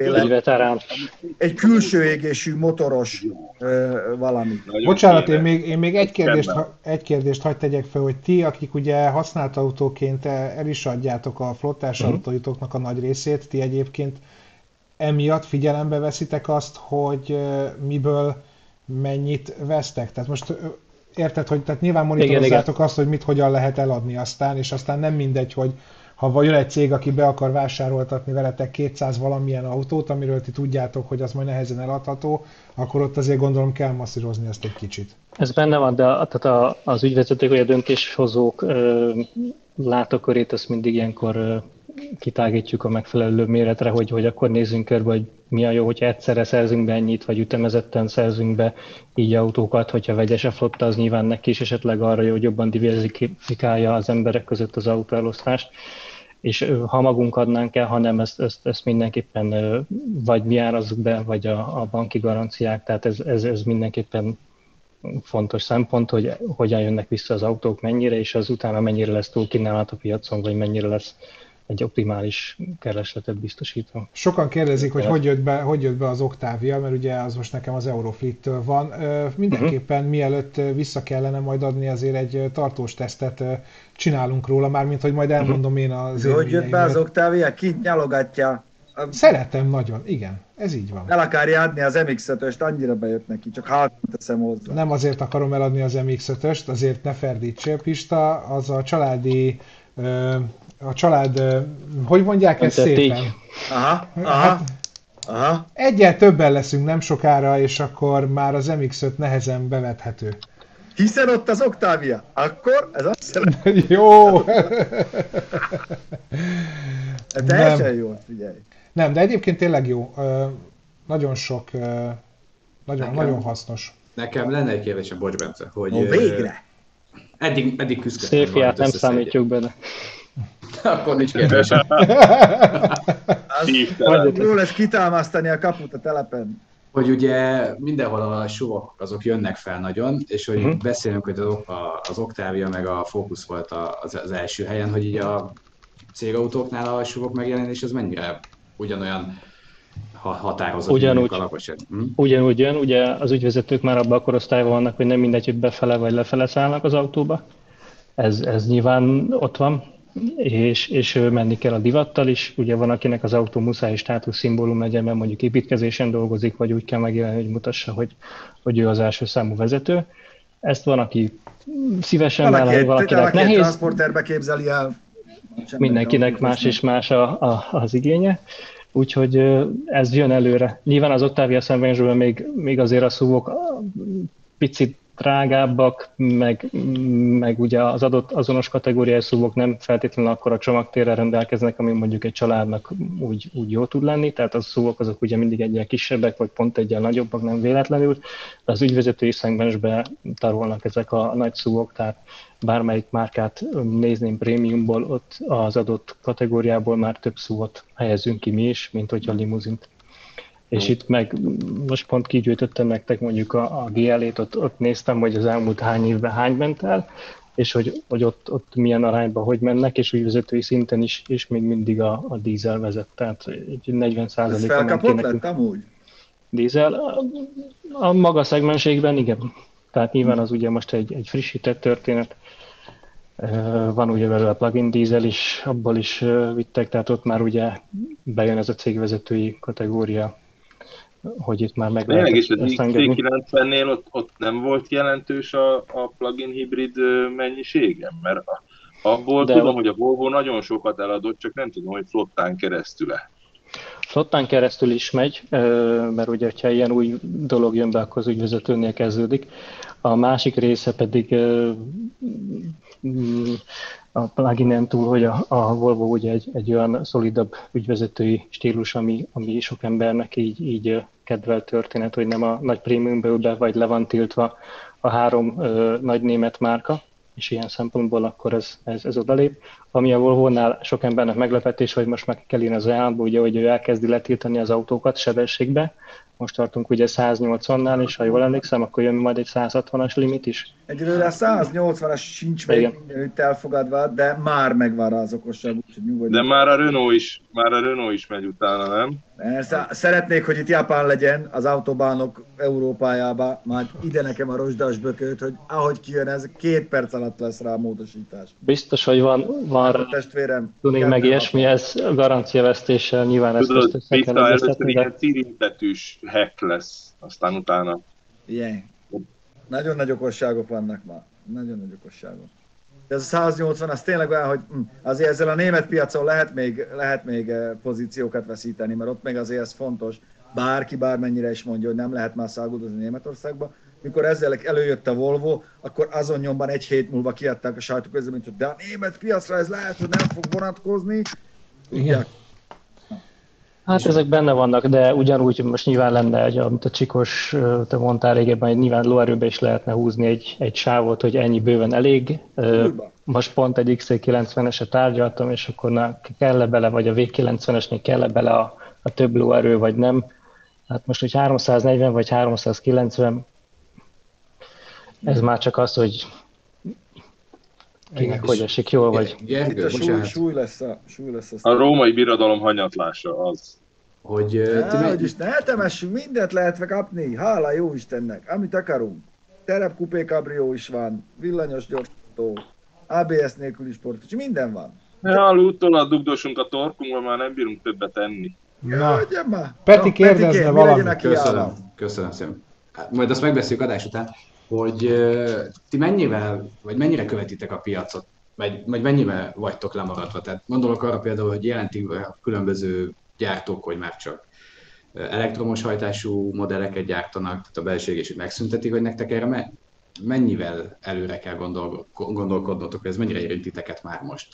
Egy külső égésű motoros valami. Bocsánat, én még egy kérdést hadd tegyek fel, hogy ti, akik ugye használt autóként el is adjátok a flottás autóitoknak a nagy részét, ti egyébként emiatt figyelembe veszitek azt, hogy miből mennyit vesztek? Tehát most érted, hogy tehát nyilván monitorozzátok azt, hogy mit hogyan lehet eladni aztán, és aztán nem mindegy, hogy ha jön egy cég, aki be akar vásároltatni veletek 200 valamilyen autót, amiről ti tudjátok, hogy az majd nehezen eladható, akkor ott azért gondolom kell masszírozni ezt egy kicsit. Ez benne van, de tehát az ügyvezetők vagy a döntéshozók látókörét ezt mindig ilyenkor kitágítjuk a megfelelő méretre, hogy akkor nézzünk körbe, hogy mi a jó, hogyha egyszerre szerzünk be ennyit, vagy ütemezetten szerzünk be így autókat, hogyha vegyes a flotta, az nyilván neki is esetleg arra jó, hogy jobban diversifikálja az emberek között az autóelosztást, és ha magunk adnánk el, hanem ezt mindenképpen vagy mi árazzuk be, vagy a banki garanciák, tehát ez mindenképpen fontos szempont, hogy hogyan jönnek vissza az autók, mennyire, és az utána mennyire lesz túlkínálat a piacon, vagy mennyire lesz egy optimális keresletet biztosítva. Sokan kérdezik, hogy jött be az Octavia, mert ugye az most nekem az Eurofleet-től van. Mindenképpen mielőtt vissza kellene majd adni, azért egy tartós tesztet csinálunk róla, mármint hogy majd elmondom én az élményeimet. Hogy jött be az Octavia? Kint nyalogatja? Szeretem nagyon, igen, ez így van. El akarja adni az MX-5-öst, annyira bejött neki, csak halkan teszem hozzá. Nem azért akarom eladni az MX-5-öst, azért ne ferdítsél, Pista, az a családi... A család, hogy mondják ezt szépen? Aha. Egyel többen leszünk nem sokára, és akkor már az MX-5 nehezen bevethető. Hiszen ott az Octavia. Akkor ez azt jelenti. Jó! Teljesen jó, figyelj. Nem, de egyébként tényleg jó. Nagyon sok, nagyon hasznos. Nekem lenne egy kérdésem, bocs Bence, hogy... Végre! Eddig küzdöttem. Szép nem számítjuk bele. Akkor nincs kérdésem. Jó lesz kitámasztani a kaput a telepen. Hogy ugye mindenhol a suvok azok jönnek fel nagyon, és hogy beszélünk, hogy az Octavia meg a Focus volt az első helyen, hogy így a cégautóknál a suvok megjelenés az mennyire ugyanolyan határozott, mint a lakosság. Ugyanúgy jön, ugye az ügyvezetők már abban a korosztályban vannak, hogy nem mindegy, hogy befele vagy lefele szállnak az autóba. Ez nyilván ott van. És menni kell a divattal is. Ugye van, akinek az autó muszáj státuszszimbólum legyen, mert mondjuk építkezésen dolgozik, vagy úgy kell megjelenni, hogy mutassa, hogy ő az első számú vezető. Ezt van, aki szívesen vállalja, valakinek nehéz. Transporterbe képzeli el. Mindenkinek más és más az igénye. Úgyhogy ez jön előre. Nyilván az Octavia szembenysben még azért a SUV-ok picit drágábbak, meg ugye az adott azonos kategóriai SUV-ok nem feltétlenül akkora csomagtérrel rendelkeznek, ami mondjuk egy családnak úgy jó tud lenni, tehát a SUV-ok azok ugye mindig egyen kisebbek, vagy pont egyen nagyobbak, nem véletlenül, de az ügyvezetői szegmensbe tarolnak ezek a nagy SUV-ok, tehát bármelyik márkát nézném prémiumból, ott az adott kategóriából már több SUV-ot helyezünk ki mi is, mint hogyha limuzint. És itt meg most pont kigyűjtöttem nektek mondjuk a GL-ét, ott néztem, hogy az elmúlt hány évben hány ment el, és hogy ott milyen arányban hogy mennek, és ügyvezetői szinten is még mindig a dízel vezet, tehát egy 40%-a ment ki nekünk. Felkapott lett amúgy? Dízel? A maga szegmenségben igen. Tehát nyilván az ugye most egy frissített történet. Van ugye belőle a plug-in dízel is, abból is vittek, tehát ott már ugye bejön ez a cégvezetői kategória, hogy itt már meg lehet ezt engedni. XC90-nél ott nem volt jelentős a plug-in hibrid mennyisége? Mert abból tudom, hogy a Volvo nagyon sokat eladott, csak nem tudom, hogy flottán keresztül-e. Flottán keresztül is megy, mert ugye, ha ilyen új dolog jön be, akkor az ügyvezetőnél kezdődik. A másik része pedig a pluginen túl, hogy a Volvo ugye egy olyan szolidabb ügyvezetői stílus, ami sok embernek így kedvelt történet, hogy nem a nagy prémiumba ül be, vagy le van tiltva, a 3 nagy német márka, és ilyen szempontból akkor ez odalép. Ami a Volvo-nál sok embernek meglepetés, hogy most meg kell írni az ajánlatba, ugye, hogy ő elkezdi letiltani az autókat sebességbe. Most tartunk ugye 180-nál, és ha jól emlékszem, akkor jön majd egy 160-as limit is. Egyelőre a 180-as sincs még mindenütt elfogadva, de már megvan rá az okosság, úgyhogy nyugodjon. De már a Renault is megy utána, nem? Szeretnék, hogy itt Japán legyen az autóbánok Európájába, majd ide nekem a rozsdás bököt, hogy ahogy kijön ez, 2 perc alatt lesz rá módosítás. Biztos, hogy van testvérem. Tudnék meg ilyesmi, ez garanciavesztéssel nyilván ezt tudod, össze kell egyeztetni. Ilyen cirilbetűs hack lesz, aztán utána. Igen. Nagyon nagy okosságok vannak már. Nagyon nagy okosságok. De ez a 180, az tényleg olyan, hogy azért ezzel a német piacon lehet még pozíciókat veszíteni, mert ott még azért ez fontos. Bárki bármennyire is mondja, hogy nem lehet már száguldozni Németországba. Mikor ezzel előjött a Volvo, akkor azon nyomban 1 hét múlva kiadták a sajtóközleményt, hogy de a német piacra ez lehet, hogy nem fog vonatkozni. Igen. Hát ezek benne vannak, de ugyanúgy most nyilván lenne, amit a Csikos, te mondtál régebben, hogy nyilván lóerőbe is lehetne húzni egy sávot, hogy ennyi bőven elég. Most pont egy XC90-eset tárgyaltam, és akkor kell-e bele, vagy a V90-esnél kell-e bele a több lóerő, vagy nem. Hát most, hogy 340 vagy 390, ez már csak az, hogy kinek hogy esik jól, vagy... Itt a súly lesz a római birodalom hanyatlása az. Hogy ne temessünk, mindent lehetve kapni, hála jó Istennek, amit akarunk. Terepkupé kabrió is van, villanyos gyorsító, ABS nélküli sport, és minden van. Utólag dugdosunk a torkunkba, már nem bírunk többet enni. Na, Peti kérdezne valamit. Köszönöm szépen. Majd azt megbeszéljük adás után, hogy ti mennyire követitek a piacot, vagy mennyire vagytok lemaradva. Tehát gondolok arra például, hogy jelentik a különböző gyártók, hogy már csak elektromos hajtású modelleket gyártanak, tehát a belső égését megszüntetik, hogy nektek erre mennyivel előre kell gondolkodnotok, hogy ez mennyire érinti titeket már most?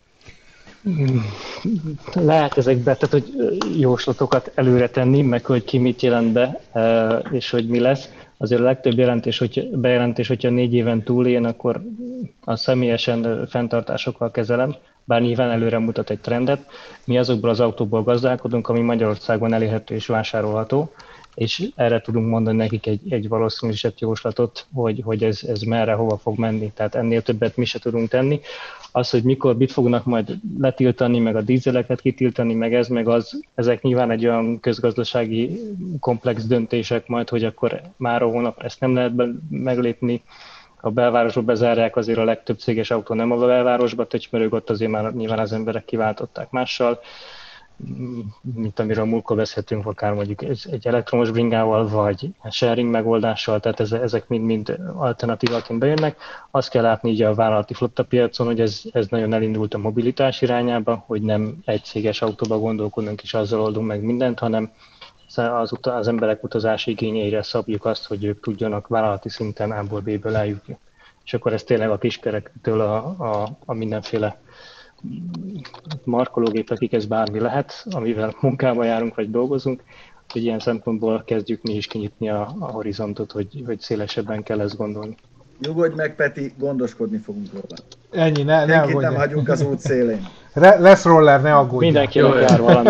Lehet ezekbe, tehát hogy jóslatokat előre tenni, meg hogy ki mit jelent be, és hogy mi lesz. Azért a legtöbb bejelentés, hogyha 4 éven túl él, akkor a személyesen fenntartásokkal kezelem, bár nyilván előre mutat egy trendet. Mi azokból az autóból gazdálkodunk, ami Magyarországon elérhető és vásárolható, és erre tudunk mondani nekik egy valószínűsített jóslatot, hogy ez merre, hova fog menni. Tehát ennél többet mi se tudunk tenni. Az, hogy mikor mit fognak majd letiltani, meg a dízeleket kitiltani, meg ez, meg az, ezek nyilván egy olyan közgazdasági komplex döntések majd, hogy akkor már a hónap ezt nem lehet meglépni. A belvárosba bezárják, azért a legtöbb céges autó nem a belvárosba töcsmörög, ott azért már nyilván az emberek kiváltották mással, mint amiről múltkor beszéltünk, akár mondjuk egy elektromos bringával, vagy sharing megoldással, tehát ezek mind alternatívaként bejönnek. Azt kell látni így a vállalati flottapiacon, hogy ez nagyon elindult a mobilitás irányába, hogy nem egy céges autóba gondolkodunk és azzal oldunk meg mindent, hanem az emberek utazási igényeire szabjuk azt, hogy ők tudjanak vállalati szinten A-ból B-ből eljutni. És akkor ez tényleg a kiskerektől a mindenféle markológépekig ez bármi lehet, amivel munkába járunk vagy dolgozunk, hogy ilyen szempontból kezdjük mi is kinyitni a horizontot, hogy szélesebben kell ezt gondolni. Nyugodj meg, Peti, gondoskodni fogunk róla. Ennyi, ne aggódj. Nem hagyunk az út szélén. Lesz roller, ne aggódj. Mindenkinek jár valami.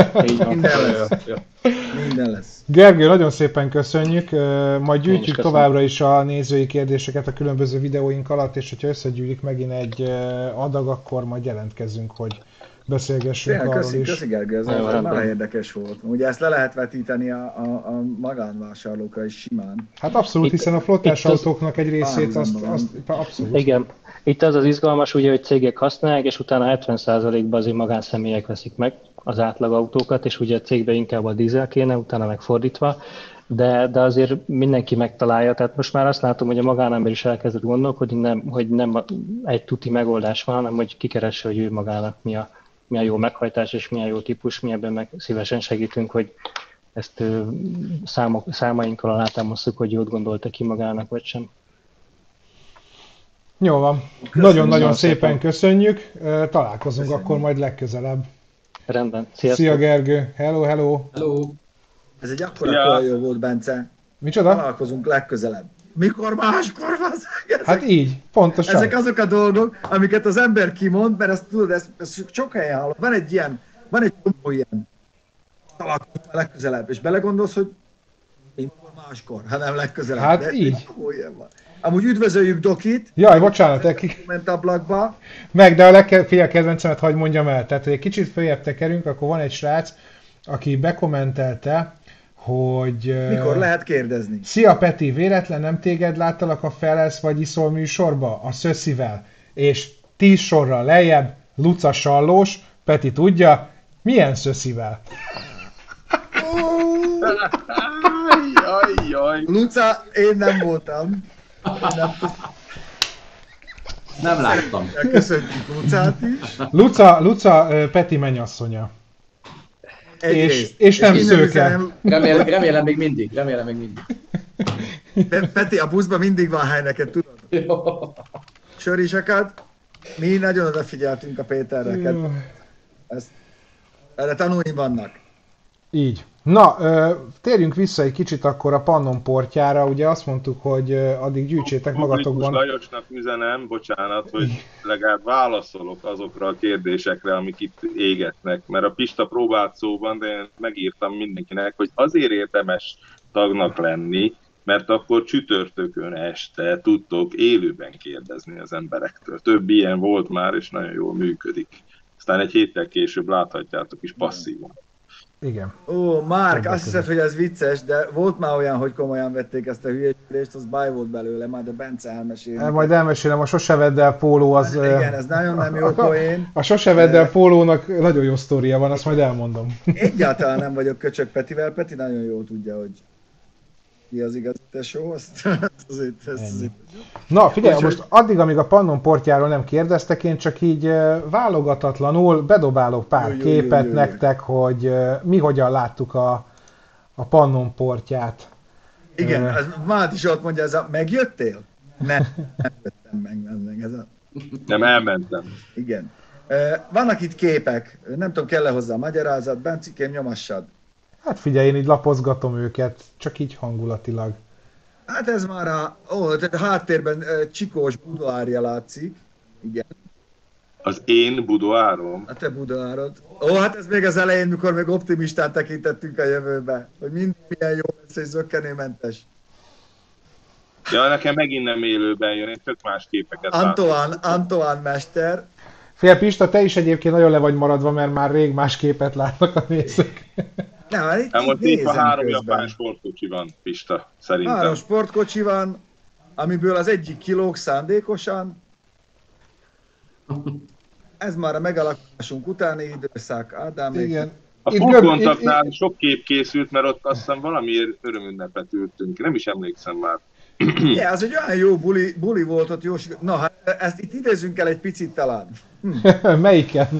Minden lesz. Gergő, nagyon szépen köszönjük. Majd gyűjtjük továbbra is a nézői kérdéseket a különböző videóink alatt, és hogyha összegyűjlik megint egy adag, akkor majd jelentkezzünk, hogy beszélgessünk arról is. Köszi Gergő, ez már érdekes volt. Ugye ezt le lehet vetíteni a magánvásárlókra is simán. Hát abszolút, hiszen a flottás autóknak egy részét azt abszolút. Igen. Itt az izgalmas, ugye, hogy cégek használják, és utána 70%-ban azért magánszemélyek veszik meg az átlagautókat, és ugye a cégben inkább a dízel kéne, utána megfordítva, de azért mindenki megtalálja. Tehát most már azt látom, hogy a magánember is elkezdett gondolkodni, hogy nem egy tuti megoldás van, hanem hogy kikeresse, hogy ő magának mi a jó meghajtás és mi a jó típus, mi ebben meg szívesen segítünk, hogy ezt számainkkal alátámasztjuk, hogy jót gondolta ki magának, vagy sem. Jó van. Nagyon-nagyon szépen köszönjük. Találkozunk akkor majd legközelebb. Rendben. Sziasztok. Szia Gergő. Hello. Hello. Ez egy akkora jó volt, Bence. Micsoda? Találkozunk legközelebb. Mikor máskor van? Hát így, pontosan. Ezek azok a dolgok, amiket az ember kimond, mert ezt tudod, ezt sok helyen hallom. Van egy csomó ilyen találkozó legközelebb, és belegondolsz, hogy mikor máskor, hanem legközelebb. Hát de így. Van. Amúgy üdvözöljük Dokit. Jaj, bocsánat, Komment-ablakba. meg, de a legfigyelj kedvencemet hagyd mondjam el. Tehát, hogy egy kicsit följebb tekerünk, akkor van egy srác, aki bekommentelte, hogy... Mikor lehet kérdezni? Szia Peti, véletlen nem téged láttalak a Felelsz vagy iszol műsorba, a Szöszivel, és 10 sorral lejjebb, Luca Sallós, Peti tudja, milyen Szöszivel? Jaj. Luca, én nem voltam. Nem láttam. Köszönjük Lucát is. Luca Peti mennyasszonya. És nem szőke. Remélem még mindig. Peti, a buszban mindig van hely neked, tudod? Sörisakat. Mi nagyon odafigyeltünk a Péterre. Erre tanulni vannak. Így. Na, térjünk vissza egy kicsit akkor a Pannon portjára. Ugye azt mondtuk, hogy addig gyűjtsétek magatokban. Lajosnak üzenem, bocsánat, hogy legalább válaszolok azokra a kérdésekre, amik itt égetnek. Mert a Pista próbált szóban, de én megírtam mindenkinek, hogy azért érdemes tagnak lenni, mert akkor csütörtökön este tudtok élőben kérdezni az emberektől. Több ilyen volt már, és nagyon jól működik. Aztán egy héttel később láthatjátok is passzívan. Igen. Ó, Márk, azt hiszed, hogy ez vicces, de volt már olyan, hogy komolyan vették ezt a hülyeségést, az baj volt belőle, majd a Bence elmesél. Majd elmesélem, a Sose vedd el póló az... Igen, ez nagyon nem jó poén. A Sose vedd el pólónak nagyon jó sztória van, azt majd elmondom. Egyáltalán nem vagyok köcsög Petivel, Peti nagyon jól tudja, hogy ki az igazi tesó, azt azért. Na figyelj, most addig, amíg a Pannon portjáról nem kérdeztek, én csak így válogatatlanul bedobálok pár képet nektek, hogy mi hogyan láttuk a Pannon portját. Igen, Mád is ott mondja, megjöttél? Nem jöttem meg. Nem, elmentem. Igen. Vannak itt képek, nem tudom, kell-e hozzá a magyarázat, Bencikém, nyomassad. Hát figyelj, én így lapozgatom őket, csak így hangulatilag. Hát ez már a háttérben Csikós budoárja látszik. Igen. Az én budoárom? A te budoárod. Hát ez még az elején, mikor még optimistán tekintettünk a jövőbe, hogy minden milyen jó lesz és zökkenőmentes. Ja, nekem megint nem élőben jön, én tök más képeket Antoine mester. Fél Pista, te is egyébként nagyon le vagy maradva, mert már rég más képet látnak a nézők. Nem, most itt a 3 japán sportkocsi van, Pista, szerintem. 3 sportkocsi van, amiből az egyik kilóg szándékosan. Ez már a megalakulásunk utáni időszak, Ádám. Igen. A Fulkontaknál sok kép készült, mert ott azt hiszem valamiért örömünnepet ültünk, nem is emlékszem már. Ja, az egy olyan jó buli volt ott, jó. Na, hát ezt itt idézzünk el egy picit talán. Melyiken?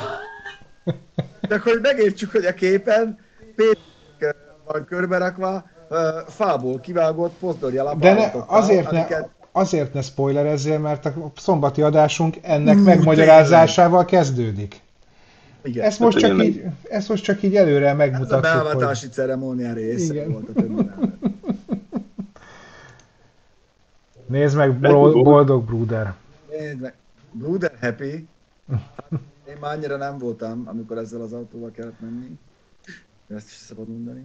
De akkor megértsük, hogy a képen Péter van körberakva, fából kivágott pozdorja de azért ne spoilerezzél, mert a szombati adásunk ennek megmagyarázásával kezdődik. Igen. Ezt most csak így előre megmutatjuk. Ez a beavatási ceremónia része volt a többi. Nézd meg, boldog Bruder. Nézd meg, Bruder happy. Én már annyira nem voltam, amikor ezzel az autóval kellett menni. Ezt is szabad mondani.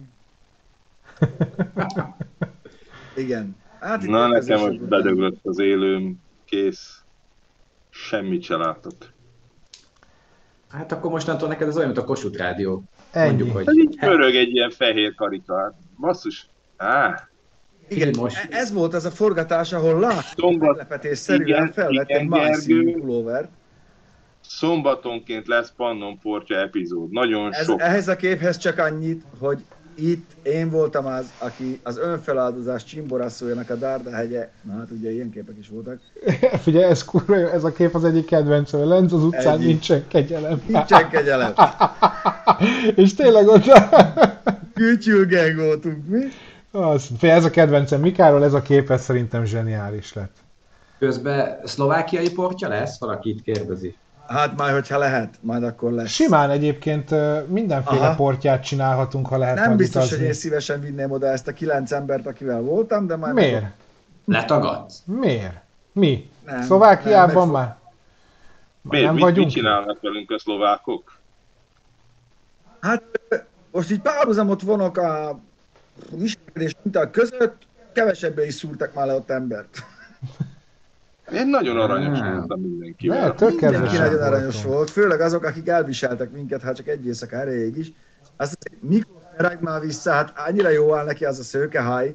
Igen. Hát na, nekem most bedöglött az élőm, kész. Semmit se látok. Hát akkor mostantól neked ez olyan, mint a Kossuth Rádió. Mondjuk, hogy... Így pörög egy ilyen fehér karika. Basszus. Igen, ez volt az a forgatás, ahol láttuk meglepetésszerűen felvett egy más színű pulóvert. Szombatonként lesz Pannon portja epizód. Nagyon sok. Ehhez a képhez csak annyit, hogy itt én voltam az, aki az önfeláldozás csimborasszójának a Dárda-hegye, na hát ugye ilyen képek is voltak. Figyelj, ez a kép az egyik kedvencem, Lenz az utcán nincsen kegyelem. Nincsen kegyelem. És tényleg ott... Kütyülgeng voltunk, mi? Ez a kedvencem Mikáról, ez a kép szerintem zseniális lett. Közben szlovákiai portja lesz? Valaki itt kérdezi. Hát majd, hogyha lehet, majd akkor lesz. Simán egyébként mindenféle portját csinálhatunk, ha lehet. Nem biztos, hogy én szívesen vinném oda ezt a 9 embert, akivel voltam, de majd... Miért? Letagadsz? Miért? Mi? Nem, Szlovákiában nem, már? Miért? Nem Mit vagyunk? csinálnak velünk a szlovákok? Hát most így párhuzamot vonok a viselkedés minták között, kevesebbé is szúrtak már le ott embert. Én nagyon aranyos Nem. voltam mindenkivel. Ne, tök Mindenki kedvesen nagyon aranyos voltunk. volt, főleg azok, akik elviseltek minket, hát csak egy éjszaka erejéig is. Azt hiszem, mikor rág már vissza, hát annyira jó áll neki az a szőkehaj.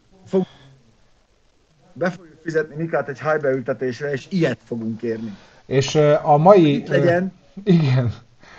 Be fogjuk fizetni Mikát egy hajbeültetésre, és ilyet fogunk kérni. És a mai... Itt legyen. Igen.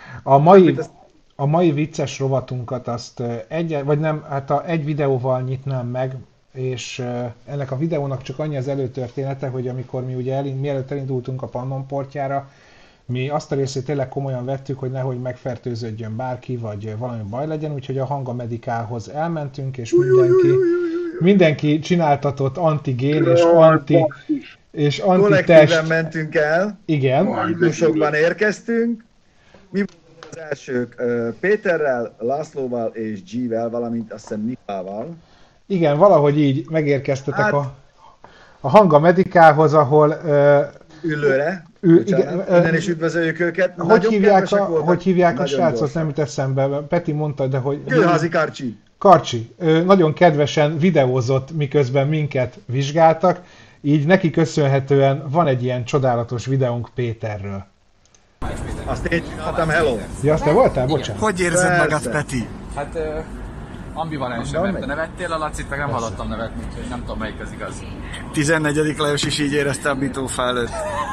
A mai vicces rovatunkat azt egy videóval nyitnám meg, és ennek a videónak csak annyi az előtörténete, hogy amikor mi ugye mielőtt elindultunk a Pannonportjára, mi azt a részét tényleg komolyan vettük, hogy nehogy megfertőződjön bárki, vagy valami baj legyen, úgyhogy a Hanga Medikához elmentünk, és mindenki csináltatott antigén és antitest. Kollektíven mentünk el. Igen. Idősokban érkeztünk. Mi az elsők Péterrel, Lászlóval és G-vel, valamint azt hiszem Mikával. Igen, valahogy így megérkeztetek a Hanga Medikához, ahol... Üllőre. Igen, innen is üdvözöljük őket. Hogy hívják a srácot, nem jut eszembe. Peti mondta, de hogy... Kőházi Karcsi. Karcsi. Nagyon kedvesen videózott, miközben minket vizsgáltak, így neki köszönhetően van egy ilyen csodálatos videónk Péterről. Azt én csináltam, hello! Ja, azt te voltál? Bocsánat. Hogy érzed magad, Peti? Hát ambivalensen, mert te nevettél a Lacit, meg nem hallottam nevetni, úgyhogy nem tudom melyik az igaz. 14. Lajos is így érezte a Bitófa előtt.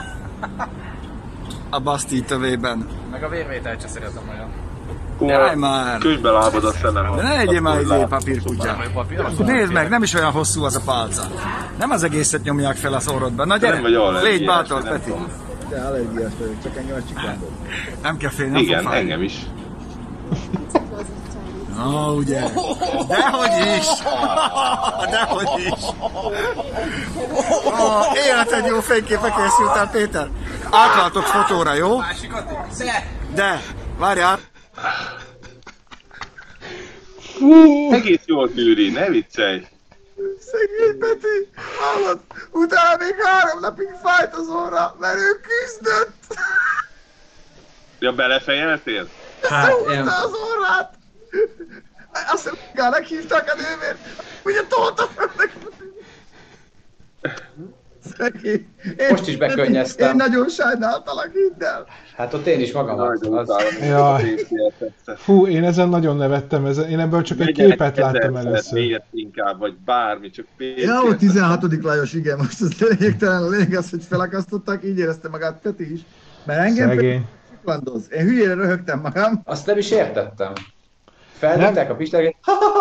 A Basztíj tövében. Meg a vérvételt se szeretem olyan. Jaj már! Könyvbe lábad a szemem. De ne legyél már izé papírkutyát. Nézd meg, nem is olyan hosszú az a pálca. Nem az egészet nyomják fel a szórodba. Na gyere, légy bátor, Peti. De allergiás vagyok, csak engem a csiklandom. Nem kell félni, nem fog Igen, fájni. engem is. Na, ugye? Dehogy is! Dehogy is! Élet egy jó fényképe készültál, Péter. Átváltok fotóra, jó? De, várjál! Egész jól tűri, ne viccelj! Szegény Peti, hallod? Utána még 3 napig fájt az orra, mert ő küzdött. Ja, belefejeltél? Hát, Húzta az orrát. Azt hiszem, Gának hívták a nővért. Ugye tolta fel neki. Szegény. Most is bekönnyeztem. Én nagyon sajnáltalak, hidd el. Hát ott én is magamat. Fú, én ezen nagyon nevettem, én ebből csak egy képet láttam először. Miért inkább, vagy bármi, csak Ja, ott 16. Lajos, igen, most az lényegtelen, a lényeg az, hogy felakasztottak, így érezte magát Peti is. Mert engem Szegény. Csiklandoz. Én hülyére röhögtem magam. Azt nem is értettem. Feldobták a Pistát,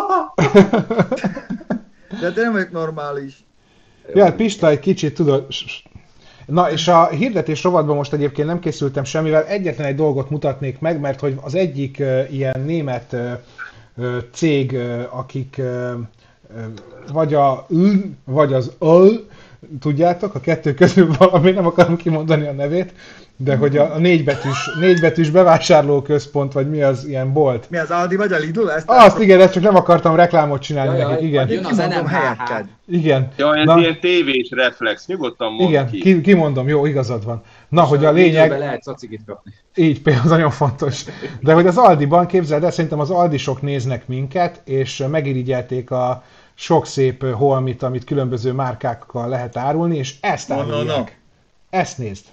De te nem vagyok normális. Ja, Pista egy kicsit tudod... Na, és a hirdetés rovatban most egyébként nem készültem semmivel, egyetlen egy dolgot mutatnék meg, mert hogy az egyik ilyen német cég, akik vagy a vagy az tudjátok, a kettő közül valami, nem akarom kimondani a nevét, de hogy a négybetűs bevásárlóközpont, vagy mi az ilyen bolt. Mi az Aldi vagy a Lidl? Azt igen, ezt csak nem akartam reklámot csinálni nekik, igen. Jön az NMHH. Igen. Ja, ez Na, ilyen tévés reflex, nyugodtan mondd igen, ki. kimondom, jó, igazad van. Na, hogy a lényeg... lehet cacigit kapni. Így például nagyon fontos. De hogy az Aldiban, képzeld el, szerintem az Aldisok néznek minket, és megirigyelték a sok szép holmit, amit különböző márkákkal lehet árulni, és ezt árulják. Ezt nézd.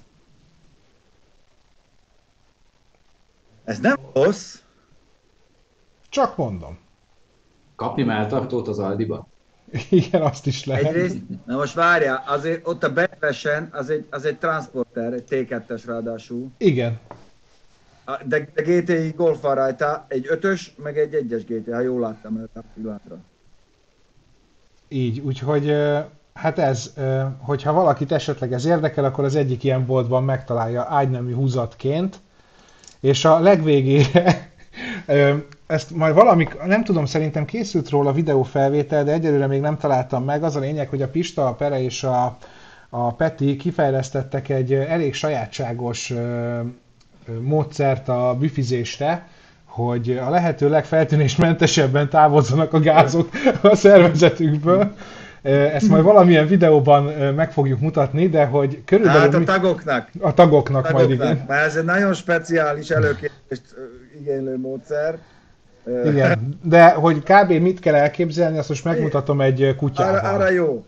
Ez nem rossz. Csak mondom. Kapni melltartót az Aldiba? Igen, azt is lehet. Egyrészt, na most várjál, azért ott a Betfesen az egy transporter, egy T2-es ráadásul. Igen. De GTI Golf van rajta, egy 5-ös, meg egy 1-es GTI, ha jól láttam el a pillanatra. Így, úgyhogy hát ez, hogyha valakit esetleg ez érdekel, akkor az egyik ilyen boltban megtalálja ágynemű húzatként, és a legvégére, ezt majd nem tudom, szerintem készült róla videófelvétel, de egyelőre még nem találtam meg. Az a lényeg, hogy a Pista, a Pere és a Peti kifejlesztettek egy elég sajátságos módszert a büfizésre, hogy a lehető legfeltűnésmentesebben távozzanak a gázok a szervezetükből. Ezt majd valamilyen videóban meg fogjuk mutatni, de hogy körülbelül... Hát a tagoknak. A tagoknak majd igen. Mert ez egy nagyon speciális előkészítést igénylő módszer. Igen, de hogy kb. Mit kell elképzelni, azt most megmutatom egy kutyával. Arra jó.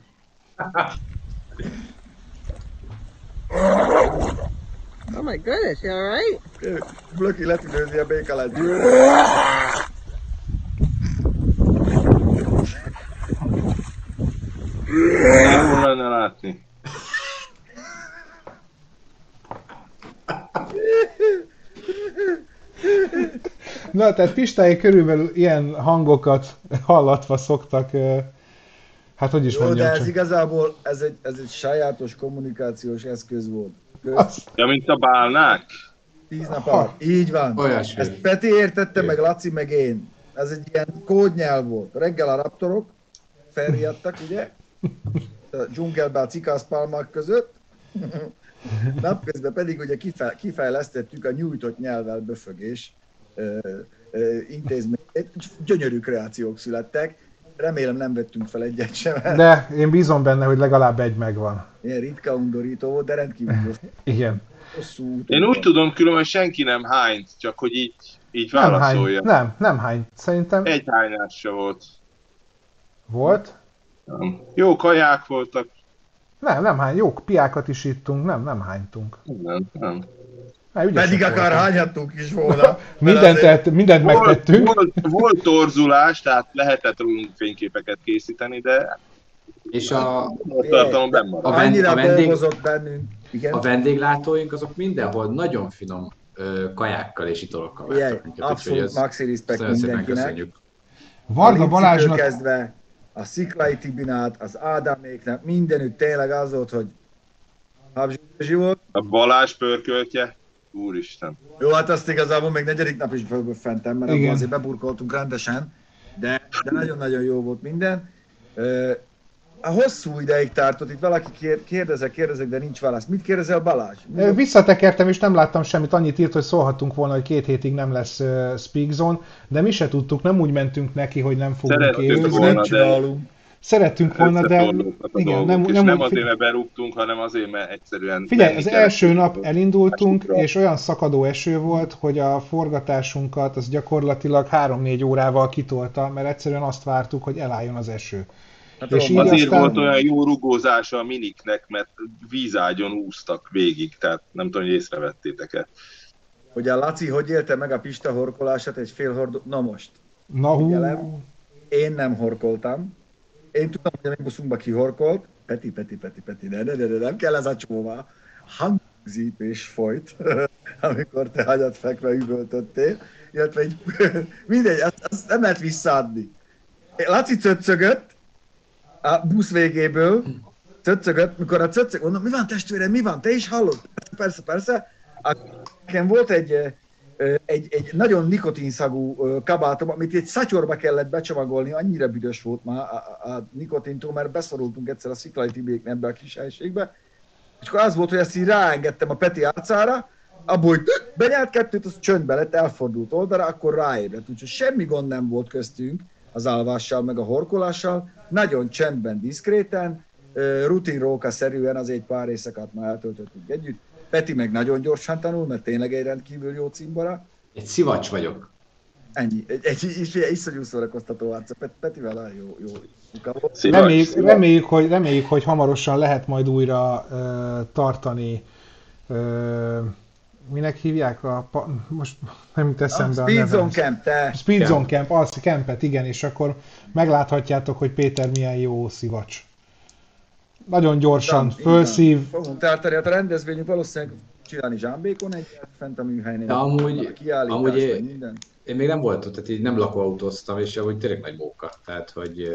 Oh my goodness, you alright? Blöki letűnőzi a békalányt. Nem lenne látni. Na, tehát Pistáig körülbelül ilyen hangokat hallatva szoktak, hát hogy is mondjam. De ez igazából, ez egy sajátos kommunikációs eszköz volt. Ja, mint a bálnák? 10 nap alatt. Így van. Olyasmi. Ezt Peti értette, meg Laci, meg én. Ez egy ilyen kódnyelv volt. Reggel a raptorok felriadtak, ugye? A dzsungelbe a cikászpálmák között. Napközben pedig ugye kifejlesztettük a nyújtott nyelvvel böfögés intézményét. Gyönyörű kreációk születtek. Remélem nem vettünk fel egyet sem. De én bízom benne, hogy legalább egy megvan. Ilyen ritka undorító volt, de rendkívül Igen. hosszú. Én úgy tudom különben, hogy senki nem hányt, csak hogy így válaszolja. Nem hány. Szerintem... Egy hányás se volt. Volt? Nem. Jó kaják voltak. Nem hány. Jó piákat is ittunk. Nem hánytunk. Nem. Pedig akár hányattunk is volna. Mindent megtettünk. Volt torzulás, tehát lehetett rólunk fényképeket készíteni, de és a annyira dolgozott bennünk. Igen? A vendéglátóink azok mindenhol nagyon finom kajákkal és italokkal vártak minket. Abszolút maxi respect mindenkinek. Varga Balázsnak... kezdve a Sziklai Tibinát, az Ádáméknek, mindenütt tényleg az volt, hogy Habzsi volt. A Balázs pörköltje. Úristen. Jó, hát azt igazából még 4. nap is fölböffentem, mert abban azért beburkoltunk rendesen, de nagyon-nagyon jó volt minden. A hosszú ideig tartott, itt valaki kérdezek, de nincs válasz. Mit kérdezel, Balázs? Visszatekertem, és nem láttam semmit, annyit írt, hogy szólhattunk volna, hogy 2 hétig nem lesz Speak Zone, de mi se tudtuk, nem úgy mentünk neki, hogy nem fogunk élőzni. Szerettünk volna, de igen, nem azért, mert berúgtunk, hanem azért, mert egyszerűen... Figyelj, az első nap elindultunk, és olyan szakadó eső volt, hogy a forgatásunkat az gyakorlatilag 3-4 órával kitolta, mert egyszerűen azt vártuk, hogy elálljon az eső. Hát és így azért aztán... volt olyan jó rugózása a miniknek, mert vízágyon úsztak végig, tehát nem tudom, hogy észrevettétek-e. Hogy a Laci hogy élte meg a Pista horkolását egy fél hordó... Na most. Én nem horkoltam. Én tudom, hogy a buszunkba kihorkolt. Peti, de nem kell ez a csóvá. Hangzípés folyt, amikor te hagyat fekve üvöltöttél. Illetve egy... mindegy, azt nem lehet visszaadni. Laci cöccögött a busz végéből, mikor a cöccög, mondom, mi van testvérem, mi van, te is hallod? Persze. Nekem volt egy nagyon nikotinszagú kabátom, amit egy szatyorba kellett becsomagolni, annyira büdös volt már a nikotintól, mert beszorultunk egyszer a Sziklai Tibiéknek ebbe a kis helységbe. És akkor az volt, hogy ezt így ráengedtem a Peti arcára, abból, hogy benyelt 2-t, az csöndbe lett, elfordult oldalra, akkor ráébredt. Úgyhogy semmi gond nem volt köztünk az alvással, meg a horkolással. Nagyon csendben, diszkréten, rutinróka-szerűen az egy pár éjszakát már eltöltöttünk együtt. Peti meg nagyon gyorsan tanul, mert tényleg egy rendkívül jó cimbora. Egy szivacs vagyok. Ennyi. Egy iszonyú szórakoztató arca. Petivel nagyon jó munka volt. Reméljük, hogy hamarosan lehet majd újra tartani. Minek hívják? Most nem jut eszembe a nevem. Speed Zone Camp. Speed Zone Camp, az campet, igen, és akkor megláthatjátok, hogy Péter milyen jó szivacs. Nagyon gyorsan, fölszív. Fogunk tartani, hát a rendezvényünk valószínűleg csinálni Zsámbékon egy fent a műhelynél. Amúgy én még nem voltam, tehát így nem lakóautóztam, és amúgy tényleg nagy móka. Tehát, hogy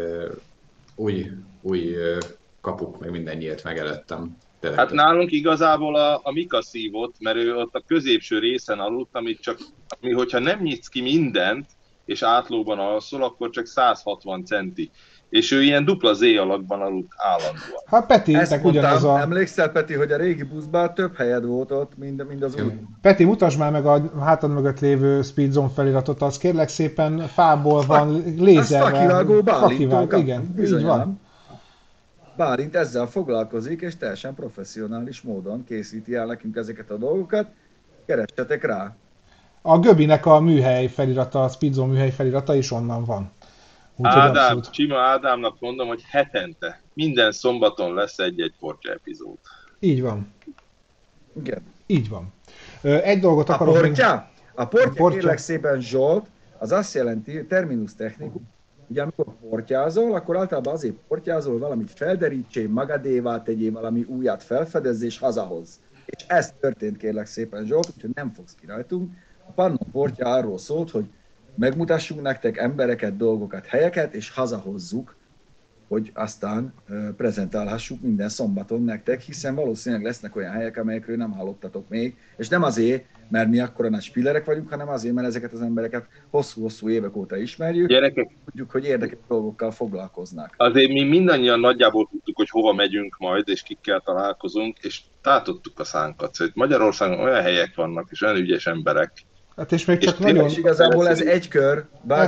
új kapuk, meg minden nyílt meg előttem. Hát nálunk igazából a Mika szívott, mert ő ott a középső részen aludt, ami hogyha nem nyitsz ki mindent, és átlóban alszol, akkor csak 160 centi. És ő ilyen dupla Z alakban aludt állandóan. Hát Peti, ugyanaz a... Emlékszel, Peti, hogy a régi buszban több helyed volt ott, mind az új? Peti, mutasd már meg a hátad mögött lévő Speed Zone feliratot, az kérlek szépen fából van, lézerrel. Az fakivágó bálintó. Igen, így van. Bálint ezzel foglalkozik, és teljesen professzionális módon készíti el nekünk ezeket a dolgokat. Keressetek rá! A Göbinek a műhely felirata, a Speedzone műhely felirata is onnan van. Ádám, Csima Ádámnak mondom, hogy hetente, minden szombaton lesz egy-egy Portya epizód. Így van. Igen. Így van. Egy dolgot akarok... A portya, kérlek szépen, Zsolt, az azt jelenti, terminus technikus, ugye amikor portyázol, akkor általában azért portyázol, valamit felderítsél, magadévá tegyél, valami újat felfedezz és hazahoz. És ez történt, kérlek szépen, Zsolt, úgyhogy nem fogsz ki rajtunk. A Pannon portya arról szólt, hogy megmutassunk nektek embereket, dolgokat, helyeket, és hazahozzuk, hogy aztán prezentálhassuk minden szombaton nektek, hiszen valószínűleg lesznek olyan helyek, amelyekről nem hallottatok még, és nem azért, mert mi akkora nagy spillerek vagyunk, hanem azért, mert ezeket az embereket hosszú-hosszú évek óta ismerjük. Gyerekek, tudjuk, hogy érdekes dolgokkal foglalkoznak. Azért mi mindannyian nagyjából tudtuk, hogy hova megyünk majd, és kikkel találkozunk, és tátottuk a szánkat. Szóval Magyarországon olyan helyek vannak, és olyan ügyes emberek. Hát és még csak nagyon... És igazából ez egy kör,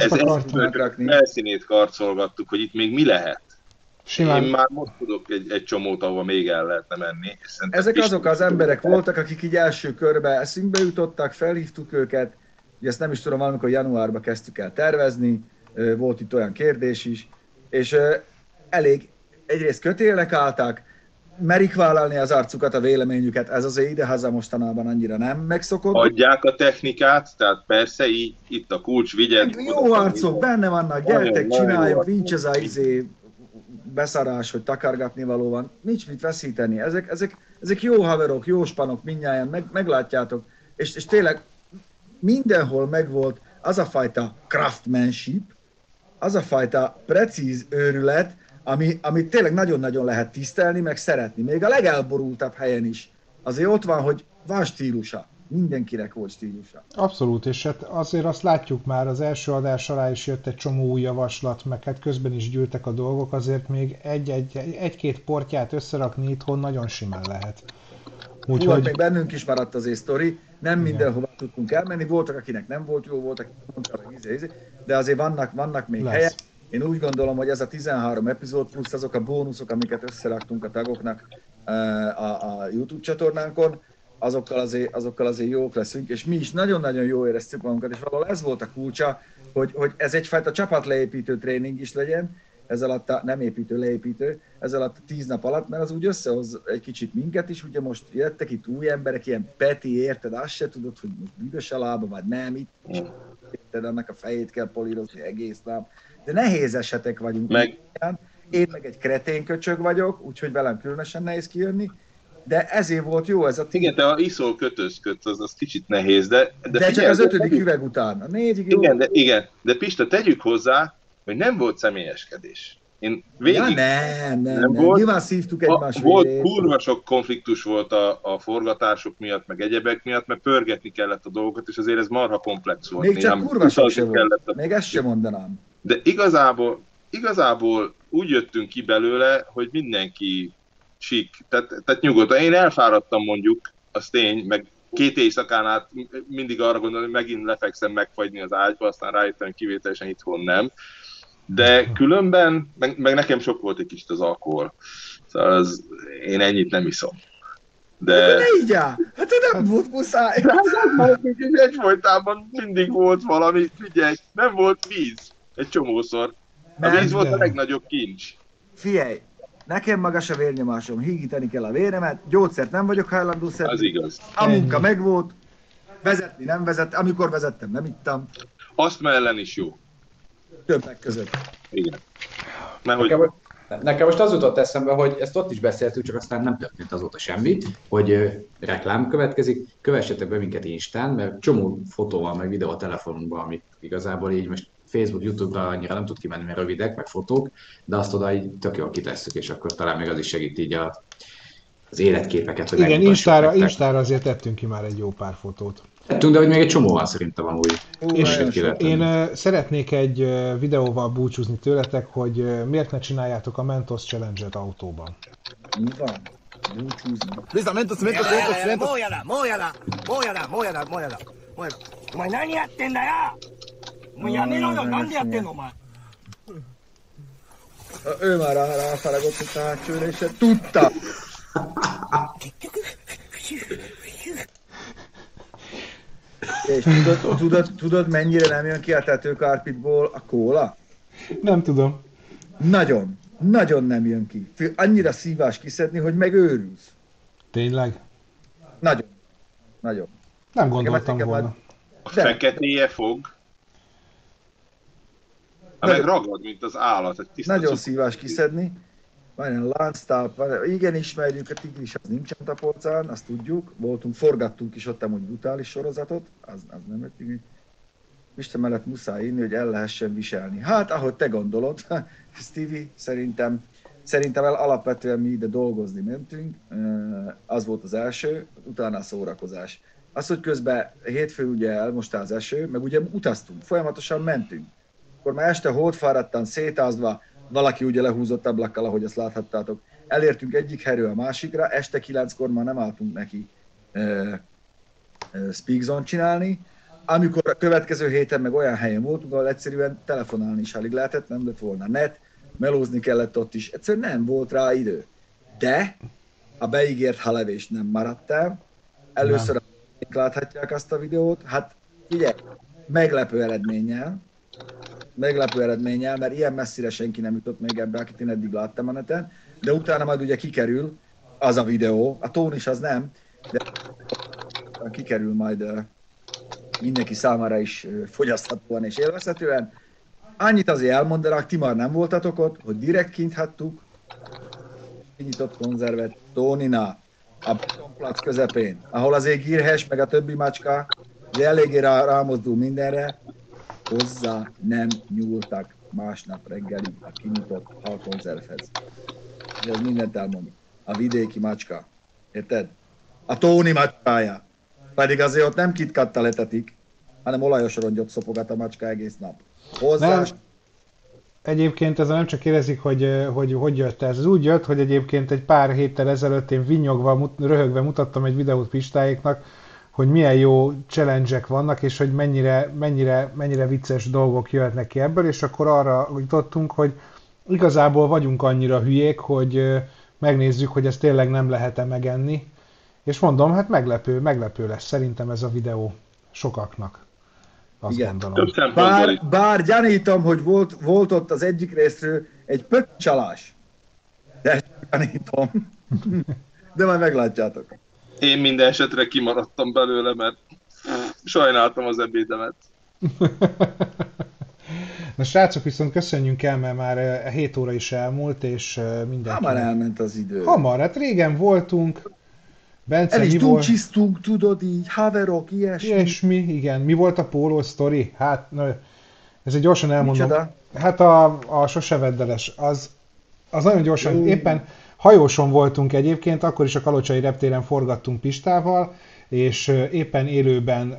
felszínét karcolgattuk, hogy itt még mi lehet. Simán. Én már most tudok egy csomót, ahova még el lehetne menni. Ezek azok az emberek voltak, akik így első körbe eszünkbe jutottak, felhívtuk őket, ugye ezt nem is tudom, valamikor januárban kezdtük el tervezni, volt itt olyan kérdés is, és elég egyrészt kötélnek álltak, merik vállalni az arcukat, a véleményüket, ez azért idehaza mostanában annyira nem megszokott. Adják a technikát, tehát persze így, itt a kulcs, vigyed. Jó arcok, benne vannak, gyertek, csináljuk, nincs ez a beszarás, hogy takargatni való van, nincs mit veszíteni. Ezek jó haverok, jó spanok, mindnyájan, meglátjátok. És tényleg mindenhol megvolt az a fajta craftsmanship, az a fajta precíz őrület, amit tényleg nagyon-nagyon lehet tisztelni, meg szeretni. Még a legelborultabb helyen is. Azért ott van, hogy van stílusa. Mindenkinek volt stílusa. Abszolút, és hát azért azt látjuk már, az első adás alá is jött egy csomó új javaslat, meg hát közben is gyűltek a dolgok, azért még egy-két portyát összerakni itthon nagyon simán lehet. Úgyhogy még bennünk is maradt az sztori, nem mindenhova tudtunk elmenni, voltak, akinek nem volt jó, voltak, de azért vannak még helyek. Én úgy gondolom, hogy ez a 13 epizód plusz azok a bónuszok, amiket összeraktunk a tagoknak a YouTube csatornánkon, azokkal azért jók leszünk, és mi is nagyon-nagyon jól éreztük magunkat, és valahol ez volt a kulcsa, hogy ez egyfajta csapatleépítő tréning is legyen, ez alatt nem építő, leépítő, ez alatt a 10 nap alatt, mert az úgy összehoz egy kicsit minket is, ugye most jöttek itt új emberek, ilyen Peti, érted, azt se tudod, hogy most büdös a lába, vagy nem, itt érted, annak a fejét kell polírozni egész nap, de nehéz esetek vagyunk. Én meg egy kretén köcsög vagyok, úgyhogy velem különösen nehéz kijönni, de ezért volt jó ez a tíz. Igen, de ha iszol kötözködsz, az kicsit nehéz, de figyelj, csak az 5. üveg után, a 4-ig jó. Igen, de Pista, tegyük hozzá, hogy nem volt személyeskedés. Én végig... Nem. Nyilván szívtuk egymás volt, kurva sok konfliktus volt a forgatások miatt, meg egyebek miatt, mert pörgetni kellett a dolgokat, és azért ez marha komplex volt. Még csak kurva sok se volt, még ezt sem mondanám. De igazából úgy jöttünk ki belőle, hogy mindenki sík, tehát nyugodtan. Én elfáradtam mondjuk, az tény, meg 2 éjszakán át mindig arra gondolom, hogy megint lefekszem megfagyni az ágyba, aztán rájöttem, kivételesen itthon nem. De különben, meg nekem sok volt egy kicsit az alkohol. Szóval én ennyit nem iszom. De ne így áll! Hát nem volt muszáj! Egyfolytában mindig volt valami, figyelj, nem volt víz egy csomószor. A víz volt a legnagyobb kincs. Figyelj, nekem magas a vérnyomásom, hígítani kell a véremet, gyógyszert nem vagyok hajlandó szedni. Az igaz. A munka megvolt, vezetni nem vezettem, amikor vezettem nem ittam. Azt ellen is jó. Többek között. Igen. Nekem most az jutott eszembe, hogy ezt ott is beszéltük, csak aztán nem történt azóta semmi, hogy reklám következik, kövessetek be minket Instán, mert csomó fotó van, meg videó a telefonunkban, amit igazából így most Facebook, YouTube-ra annyira nem tud kimenni, mert rövidek, meg fotók, de azt oda így tök jól kitesszük, és akkor talán még az is segít így az életképeket, hogy igen, Instára azért tettünk ki már egy jó pár fotót. Tettünk, de hogy még egy csomó van szerintem amúgy. És én szeretnék egy videóval búcsúzni tőletek, hogy miért ne csináljátok a Mentos Challenge-et autóban. Mi van? Búcsúzni. Liza, Mentos. Mójala. お前何やってんだよもうやめろよなんでやってんのお前 Ő már ráfaragott a hátsóra, és tudta! És tudod, mennyire nem jön ki a tetőkárpitból a kóla? Nem tudom. Nagyon nem jön ki. Annyira szívás kiszedni, hogy megőrülsz. Tényleg? Nagyon. Nem gondoltam volna. A feketéje fog. Meg ragad, mint az állat. Egy nagyon szívás kiszedni. Van egy lánctáp, igen, ismerjük, a tigris az nincsen a polcán, azt tudjuk. Forgattunk is ott amúgy brutális sorozatot, az nem egy tigris. Isten mellett muszáj inni, hogy el lehessen viselni. Hát, ahogy te gondolod, Stevie, szerintem alapvetően mi ide dolgozni mentünk, az volt az első, utána a szórakozás. Az, hogy közben hétfőn ugye elmostál az eső, meg ugye utaztunk, folyamatosan mentünk. Akkor már este holdfáradtan, szétázva, valaki ugye lehúzott ablakkal, ahogy azt láthattátok. Elértünk egyik helyről a másikra, este 9-kor már nem álltunk neki Speak Zone csinálni. Amikor a következő héten meg olyan helyen voltunk, ahol egyszerűen telefonálni is alig lehetett, nem lett volna net, melózni kellett ott is, egyszerűen nem volt rá idő. De a beígért halevés nem maradt el. Először láthatják azt a videót, hát figyelj, meglepő eredménnyel, mert ilyen messzire senki nem jutott még ebbe, akit én eddig láttam a neten, de utána majd ugye kikerül az a videó, a tón is az nem, de kikerül majd mindenki számára is fogyaszthatóan és élvezhetően. Annyit azért elmondanak, ti már nem voltatok ott, hogy direkt kint hattuk, kinyitott konzervet Tóninál, a betonplac közepén, ahol azért Gírhes meg a többi macska, de eléggé rámozdul mindenre, hozzá nem nyúltak másnap reggelig a kinyitott halkonzervhez. Ez mindent elmond. A vidéki macska. Érted? A Tóni macskája. Pedig azért ott nem KitKattal etetik, hanem olajos rongyot szopogat a macska egész nap. Hozzá... Egyébként ezzel nem csak kérdezik, hogy jött ez. Ez úgy jött, hogy egyébként egy pár héttel ezelőtt én vinnyogva, röhögve mutattam egy videót Pistáéknak, hogy milyen jó challenge-ek vannak, és hogy mennyire vicces dolgok jöhetnek ki ebből, és akkor arra jutottunk, hogy igazából vagyunk annyira hülyék, hogy megnézzük, hogy ezt tényleg nem lehet-e megenni. És mondom, hát meglepő lesz szerintem ez a videó sokaknak. Azt gondolom. Bár gyanítom, hogy volt ott az egyik részről egy pöccsalás. De gyanítom. De majd meglátjátok. Én minden esetre kimaradtam belőle, mert sajnáltam az ebédemet. Na srácok, viszont köszönjünk el, mert már 7 óra is elmúlt, és mindenki... Hamar elment az idő. Hamar, hát régen voltunk. Bence, el is tuncsisztunk, tudod így, haverok, ilyesmi. Igen. Mi volt a póló sztori? Hát, ez egy gyorsan elmondom. Micsoda? Hát a Sose Veddeles, az nagyon gyorsan, éppen hajóson voltunk egyébként, akkor is a Kalocsai reptéren forgattunk Pistával, és éppen élőben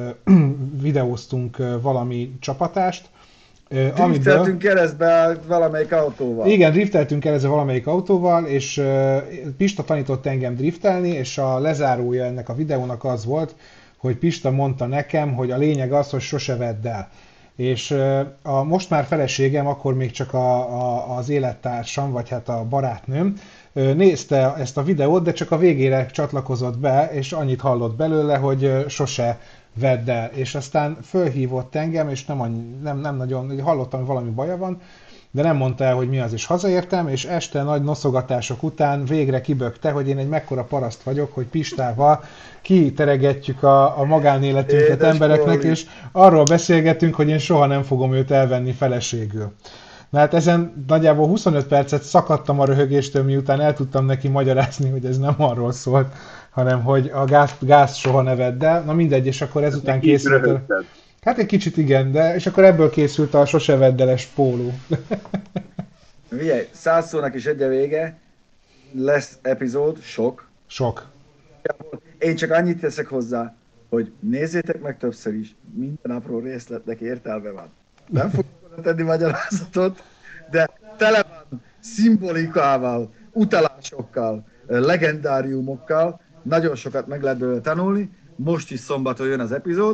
videóztunk valami csapatást. Drifteltünk keresztbe valamelyik autóval. Igen, drifteltünk keresztbe valamelyik autóval, és Pista tanított engem driftelni, és a lezárója ennek a videónak az volt, hogy Pista mondta nekem, hogy a lényeg az, hogy sose vedd el. És a most már feleségem, akkor még csak az élettársam, vagy hát a barátnőm, nézte ezt a videót, de csak a végére csatlakozott be, és annyit hallott belőle, hogy sose vedd el. És aztán fölhívott engem, és nem nagyon, hallottam, hogy valami baja van, de nem mondta el, hogy mi az, és hazaértem, és este nagy noszogatások után végre kibökte, hogy én egy mekkora paraszt vagyok, hogy Pistával kiteregetjük a magánéletünket embereknek, és arról beszélgetünk, hogy én soha nem fogom őt elvenni feleségül. Na hát ezen nagyjából 25 percet szakadtam a röhögéstől, miután el tudtam neki magyarázni, hogy ez nem arról szólt, hanem hogy a gázt soha ne vedd el. Na mindegy, és akkor ezután készült. Hát egy kicsit igen, de és akkor ebből készült a Sose Veddeles póló. Figyelj, 100 szónak is egy a vége, lesz epizód, sok. Én csak annyit teszek hozzá, hogy nézzétek meg többször is, minden apró részletnek értelme van. Nem fogok tenni magyarázatot, de tele van szimbolikával, utalásokkal, legendáriumokkal, nagyon sokat meg lehet belőle tanulni. Most is szombaton jön az epizód,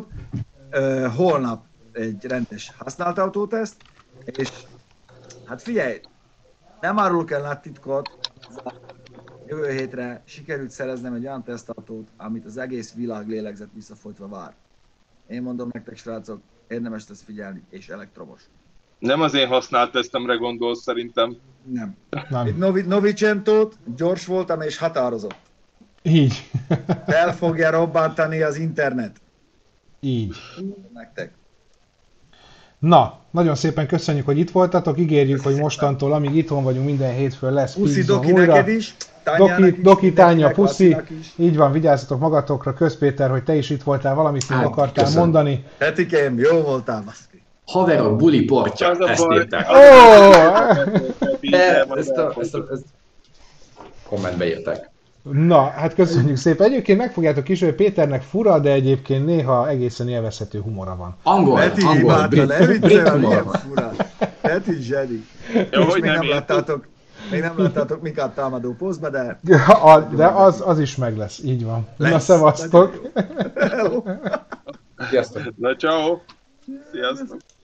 holnap egy rendes használt autóteszt, és hát figyelj, Nem árulok el nagy titkot, jövő hétre sikerült szereznem egy olyan tesztautót, amit az egész világ lélegzett visszafolytva vár. Én mondom nektek, srácok, érdemes lesz figyelni, és elektromos. Nem az én használt tesztemre gondolsz szerintem. Nem. Itt Novicentót, gyors voltam és határozott. Így. El fogja robbantani az internet. Így. Nektek. Na, nagyon szépen köszönjük, hogy itt voltatok. Ígérjük, hogy mostantól, amíg itthon vagyunk, minden hétfőn lesz Puszi Doki neked is. Doki, Tánya, puszi. Így van, vigyázzatok magatokra. Kösz Péter, hogy te is itt voltál, valamit még akartál mondani. Petikém, jó voltál, baszki. Haverok, buli portja, ezt írták. Ezt kommentbe írták. Na, hát köszönjük szépen. Egyébként meg fogjátok kisülni, Péternek fura, de egyébként néha egészen élvezhető humora van. Angol, brit humor van. Peti zseni. Jó, és hogy még nem nem láttátok Mikát támadó posztba, de... De az is meg lesz, így van. Na, szevasztok! Sziasztok! Na, ciao. Sziasztok!